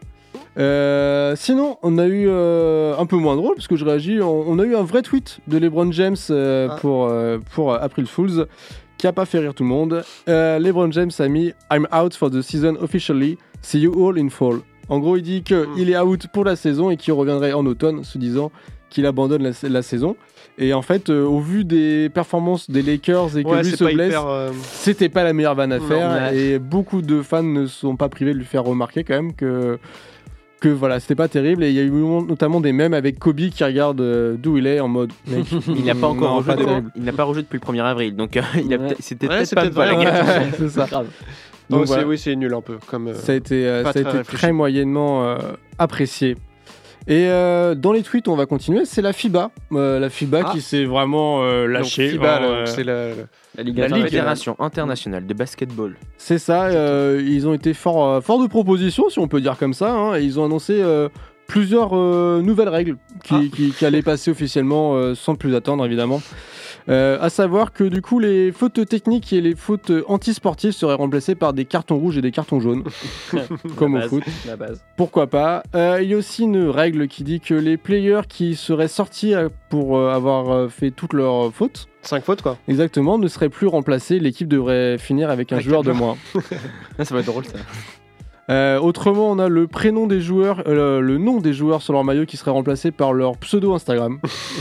Sinon, on a eu un peu moins drôle parce que je réagis. On a eu un vrai tweet de LeBron James pour April Fools qui a pas fait rire tout le monde. LeBron James a mis I'm out for the season officially. See you all in fall. En gros, il dit qu'il est out pour la saison et qu'il reviendrait en automne, se disant qu'il abandonne la saison. Et en fait, au vu des performances des Lakers et que lui se blesse, c'était pas la meilleure vanne à faire. Et beaucoup de fans ne sont pas privés de lui faire remarquer quand même que voilà, c'était pas terrible. Et il y a eu notamment des mèmes avec Kobe qui regarde d'où il est en mode mec, il n'a pas encore rejoué il n'a pas rejoué depuis le 1er avril, donc c'était peut-être pas la guerre. C'est ça. Donc voilà. C'est nul un peu comme ça a été très moyennement apprécié. Et dans les tweets, on va continuer. C'est la FIBA. La FIBA qui s'est vraiment lâchée. FIBA, c'est la Fédération internationale de basketball. C'est ça. Ils ont été fort de propositions, si on peut dire comme ça. Hein, et ils ont annoncé plusieurs nouvelles règles qui allaient passer officiellement sans plus attendre, évidemment. À savoir que du coup les fautes techniques et les fautes antisportives seraient remplacées par des cartons rouges et des cartons jaunes comme au foot. La base. Pourquoi pas. Il y a aussi une règle qui dit que les players qui seraient sortis pour avoir fait toutes leurs fautes, 5 fautes quoi. Exactement, ne seraient plus remplacés. L'équipe devrait finir avec un joueur de moins. Ça va être drôle ça. Autrement, on a le prénom des joueurs, le nom des joueurs sur leur maillot qui serait remplacé par leur pseudo Instagram.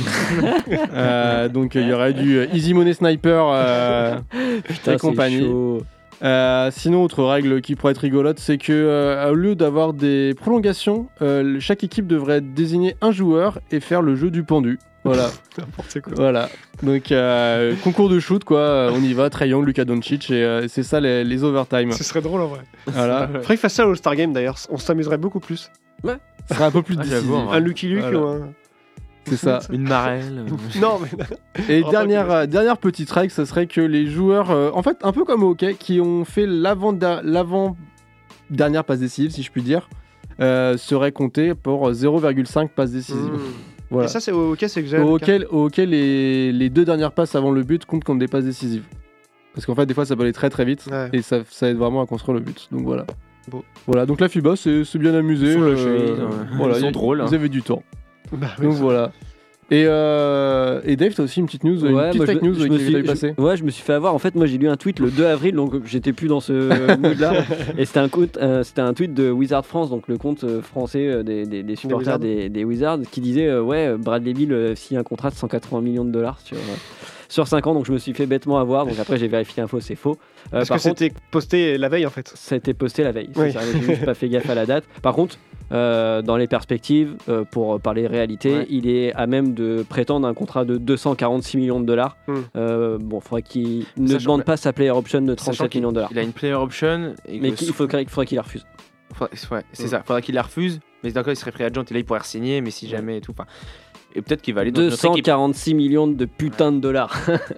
Donc il y aurait du Easy Money Sniper et compagnie. Sinon, autre règle qui pourrait être rigolote, c'est que au lieu d'avoir des prolongations, chaque équipe devrait désigner un joueur et faire le jeu du pendu. Voilà. N'importe quoi. Voilà. Donc concours de shoot quoi, on y va, Trae Young, Luka Doncic et c'est ça les overtime. Ce serait drôle en vrai. Voilà. Faudrait qu'il fasse ça au All-Star Game d'ailleurs, on s'amuserait beaucoup plus. Ouais. Ce serait un peu plus décisif. Un Lucky Luke voilà. ou un... C'est ça. Une marelle. Non mais... Et dernière petite règle, ce serait que les joueurs, en fait un peu comme au hockey, qui ont fait l'avant dernière passe décisive si je puis dire, seraient comptés pour 0,5 passes décisives. Voilà. Et ça, c'est au hockey, c'est que j'ai. Au hockey, les 2 dernières passes avant le but comptent comme des passes décisives. Parce qu'en fait, des fois, ça peut aller très très vite et ça aide vraiment à construire le but. Donc voilà. Bon. Voilà, donc la FIBA, c'est bien amusé. Ils sont drôles. Vous avez du temps. Bah, oui, donc voilà. Et Dave, t'as aussi une petite news, une petite fake news qui t'avait passé. Ouais, je me suis fait avoir. En fait, moi, j'ai lu un tweet le 2 avril, donc j'étais plus dans ce mood-là. Et c'était un tweet de Wizard France, donc le compte français des supporters des Wizards, qui disait Bradley Beal signe un contrat de 180 millions de dollars sur 5 ans. Donc je me suis fait bêtement avoir. Donc après, j'ai vérifié l'info, c'est faux. Parce que c'était posté la veille en fait. Ça a été posté la veille. Oui. J'ai juste pas fait gaffe à la date. Par contre, dans les perspectives, pour parler réalité, il est à même de prétendre un contrat de 246 millions de dollars. Bon, il faudrait qu'il ne demande pas sa player option de 37 millions de dollars. Il a une player option. Mais il faudrait qu'il la refuse. C'est ça, il faudrait qu'il la refuse. Mais d'accord, il serait free agent et là il pourrait signer, mais si jamais et tout. Et peut-être qu'il va aller dans notre équipe. 246 millions de putain de dollars.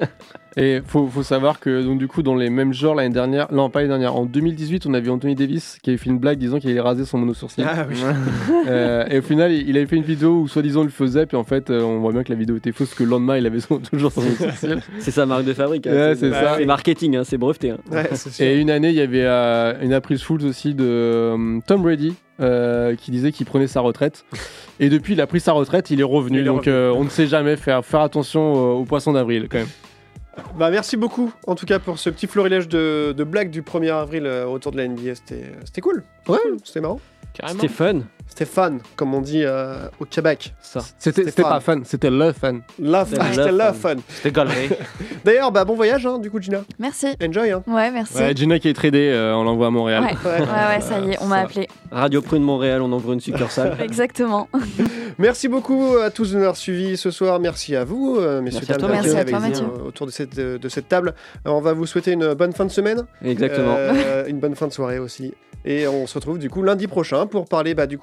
Et faut savoir que donc du coup dans les mêmes genres l'année dernière, non pas l'année dernière, en 2018 on a vu Anthony Davis qui avait fait une blague disant qu'il allait raser son mono-sourcil. Ah oui. Et au final il avait fait une vidéo où soi-disant il le faisait, puis en fait on voit bien que la vidéo était fausse, que le lendemain il avait toujours son mono-sourcil. C'est sa marque de fabrique. Ouais, c'est ça. C'est marketing, c'est breveté. Ouais, c'est sûr. Et une année il y avait une April Fools aussi de Tom Brady. Qui disait qu'il prenait sa retraite et depuis il a pris sa retraite, il est revenu, donc on ne sait jamais, faire attention aux poissons d'avril quand même. Bah merci beaucoup en tout cas pour ce petit florilège de blagues du 1er avril autour de la NBA, c'était cool. Ouais, c'était marrant. Carrément. C'était fun. C'était fun, comme on dit au Québec. Ça. C'était pas fun, c'était le fun. C'était le fun. C'était galerie. D'ailleurs, bon voyage du coup Gina. Merci. Enjoy. Ouais, merci. Ouais, Gina qui est tradée, on l'envoie à Montréal. Ouais, ça y est, on m'a appelé. Radio Prune Montréal, on ouvre une succursale. Exactement. Merci beaucoup à tous de nous avoir suivis ce soir. Merci à vous, messieurs. Merci à toi, Mathieu. Autour de cette table. On va vous souhaiter une bonne fin de semaine. Exactement. Une bonne fin de soirée aussi. Et on se retrouve du coup lundi prochain pour parler des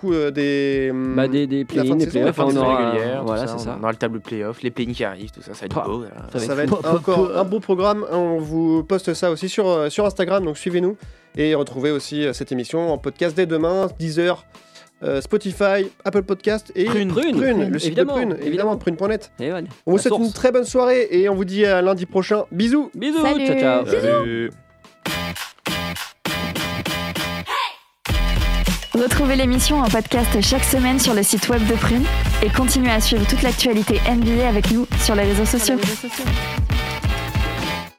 play-in, des playoffs, on aura régulière. Voilà, c'est ça. On aura le tableau playoff, les play-in qui arrivent, tout ça, ça va être beau. Ça va être encore un beau programme. On vous poste ça aussi sur Instagram, donc suivez-nous et retrouvez aussi cette émission en podcast dès demain, 10h. Spotify, Apple Podcast et Prune, le site de Prune, évidemment, prune.net. On vous souhaite une très bonne soirée et on vous dit à lundi prochain. Bisous. Salut. Ciao. Salut. Retrouvez l'émission en podcast chaque semaine sur le site web de Prune et continuez à suivre toute l'actualité NBA avec nous sur les réseaux sociaux.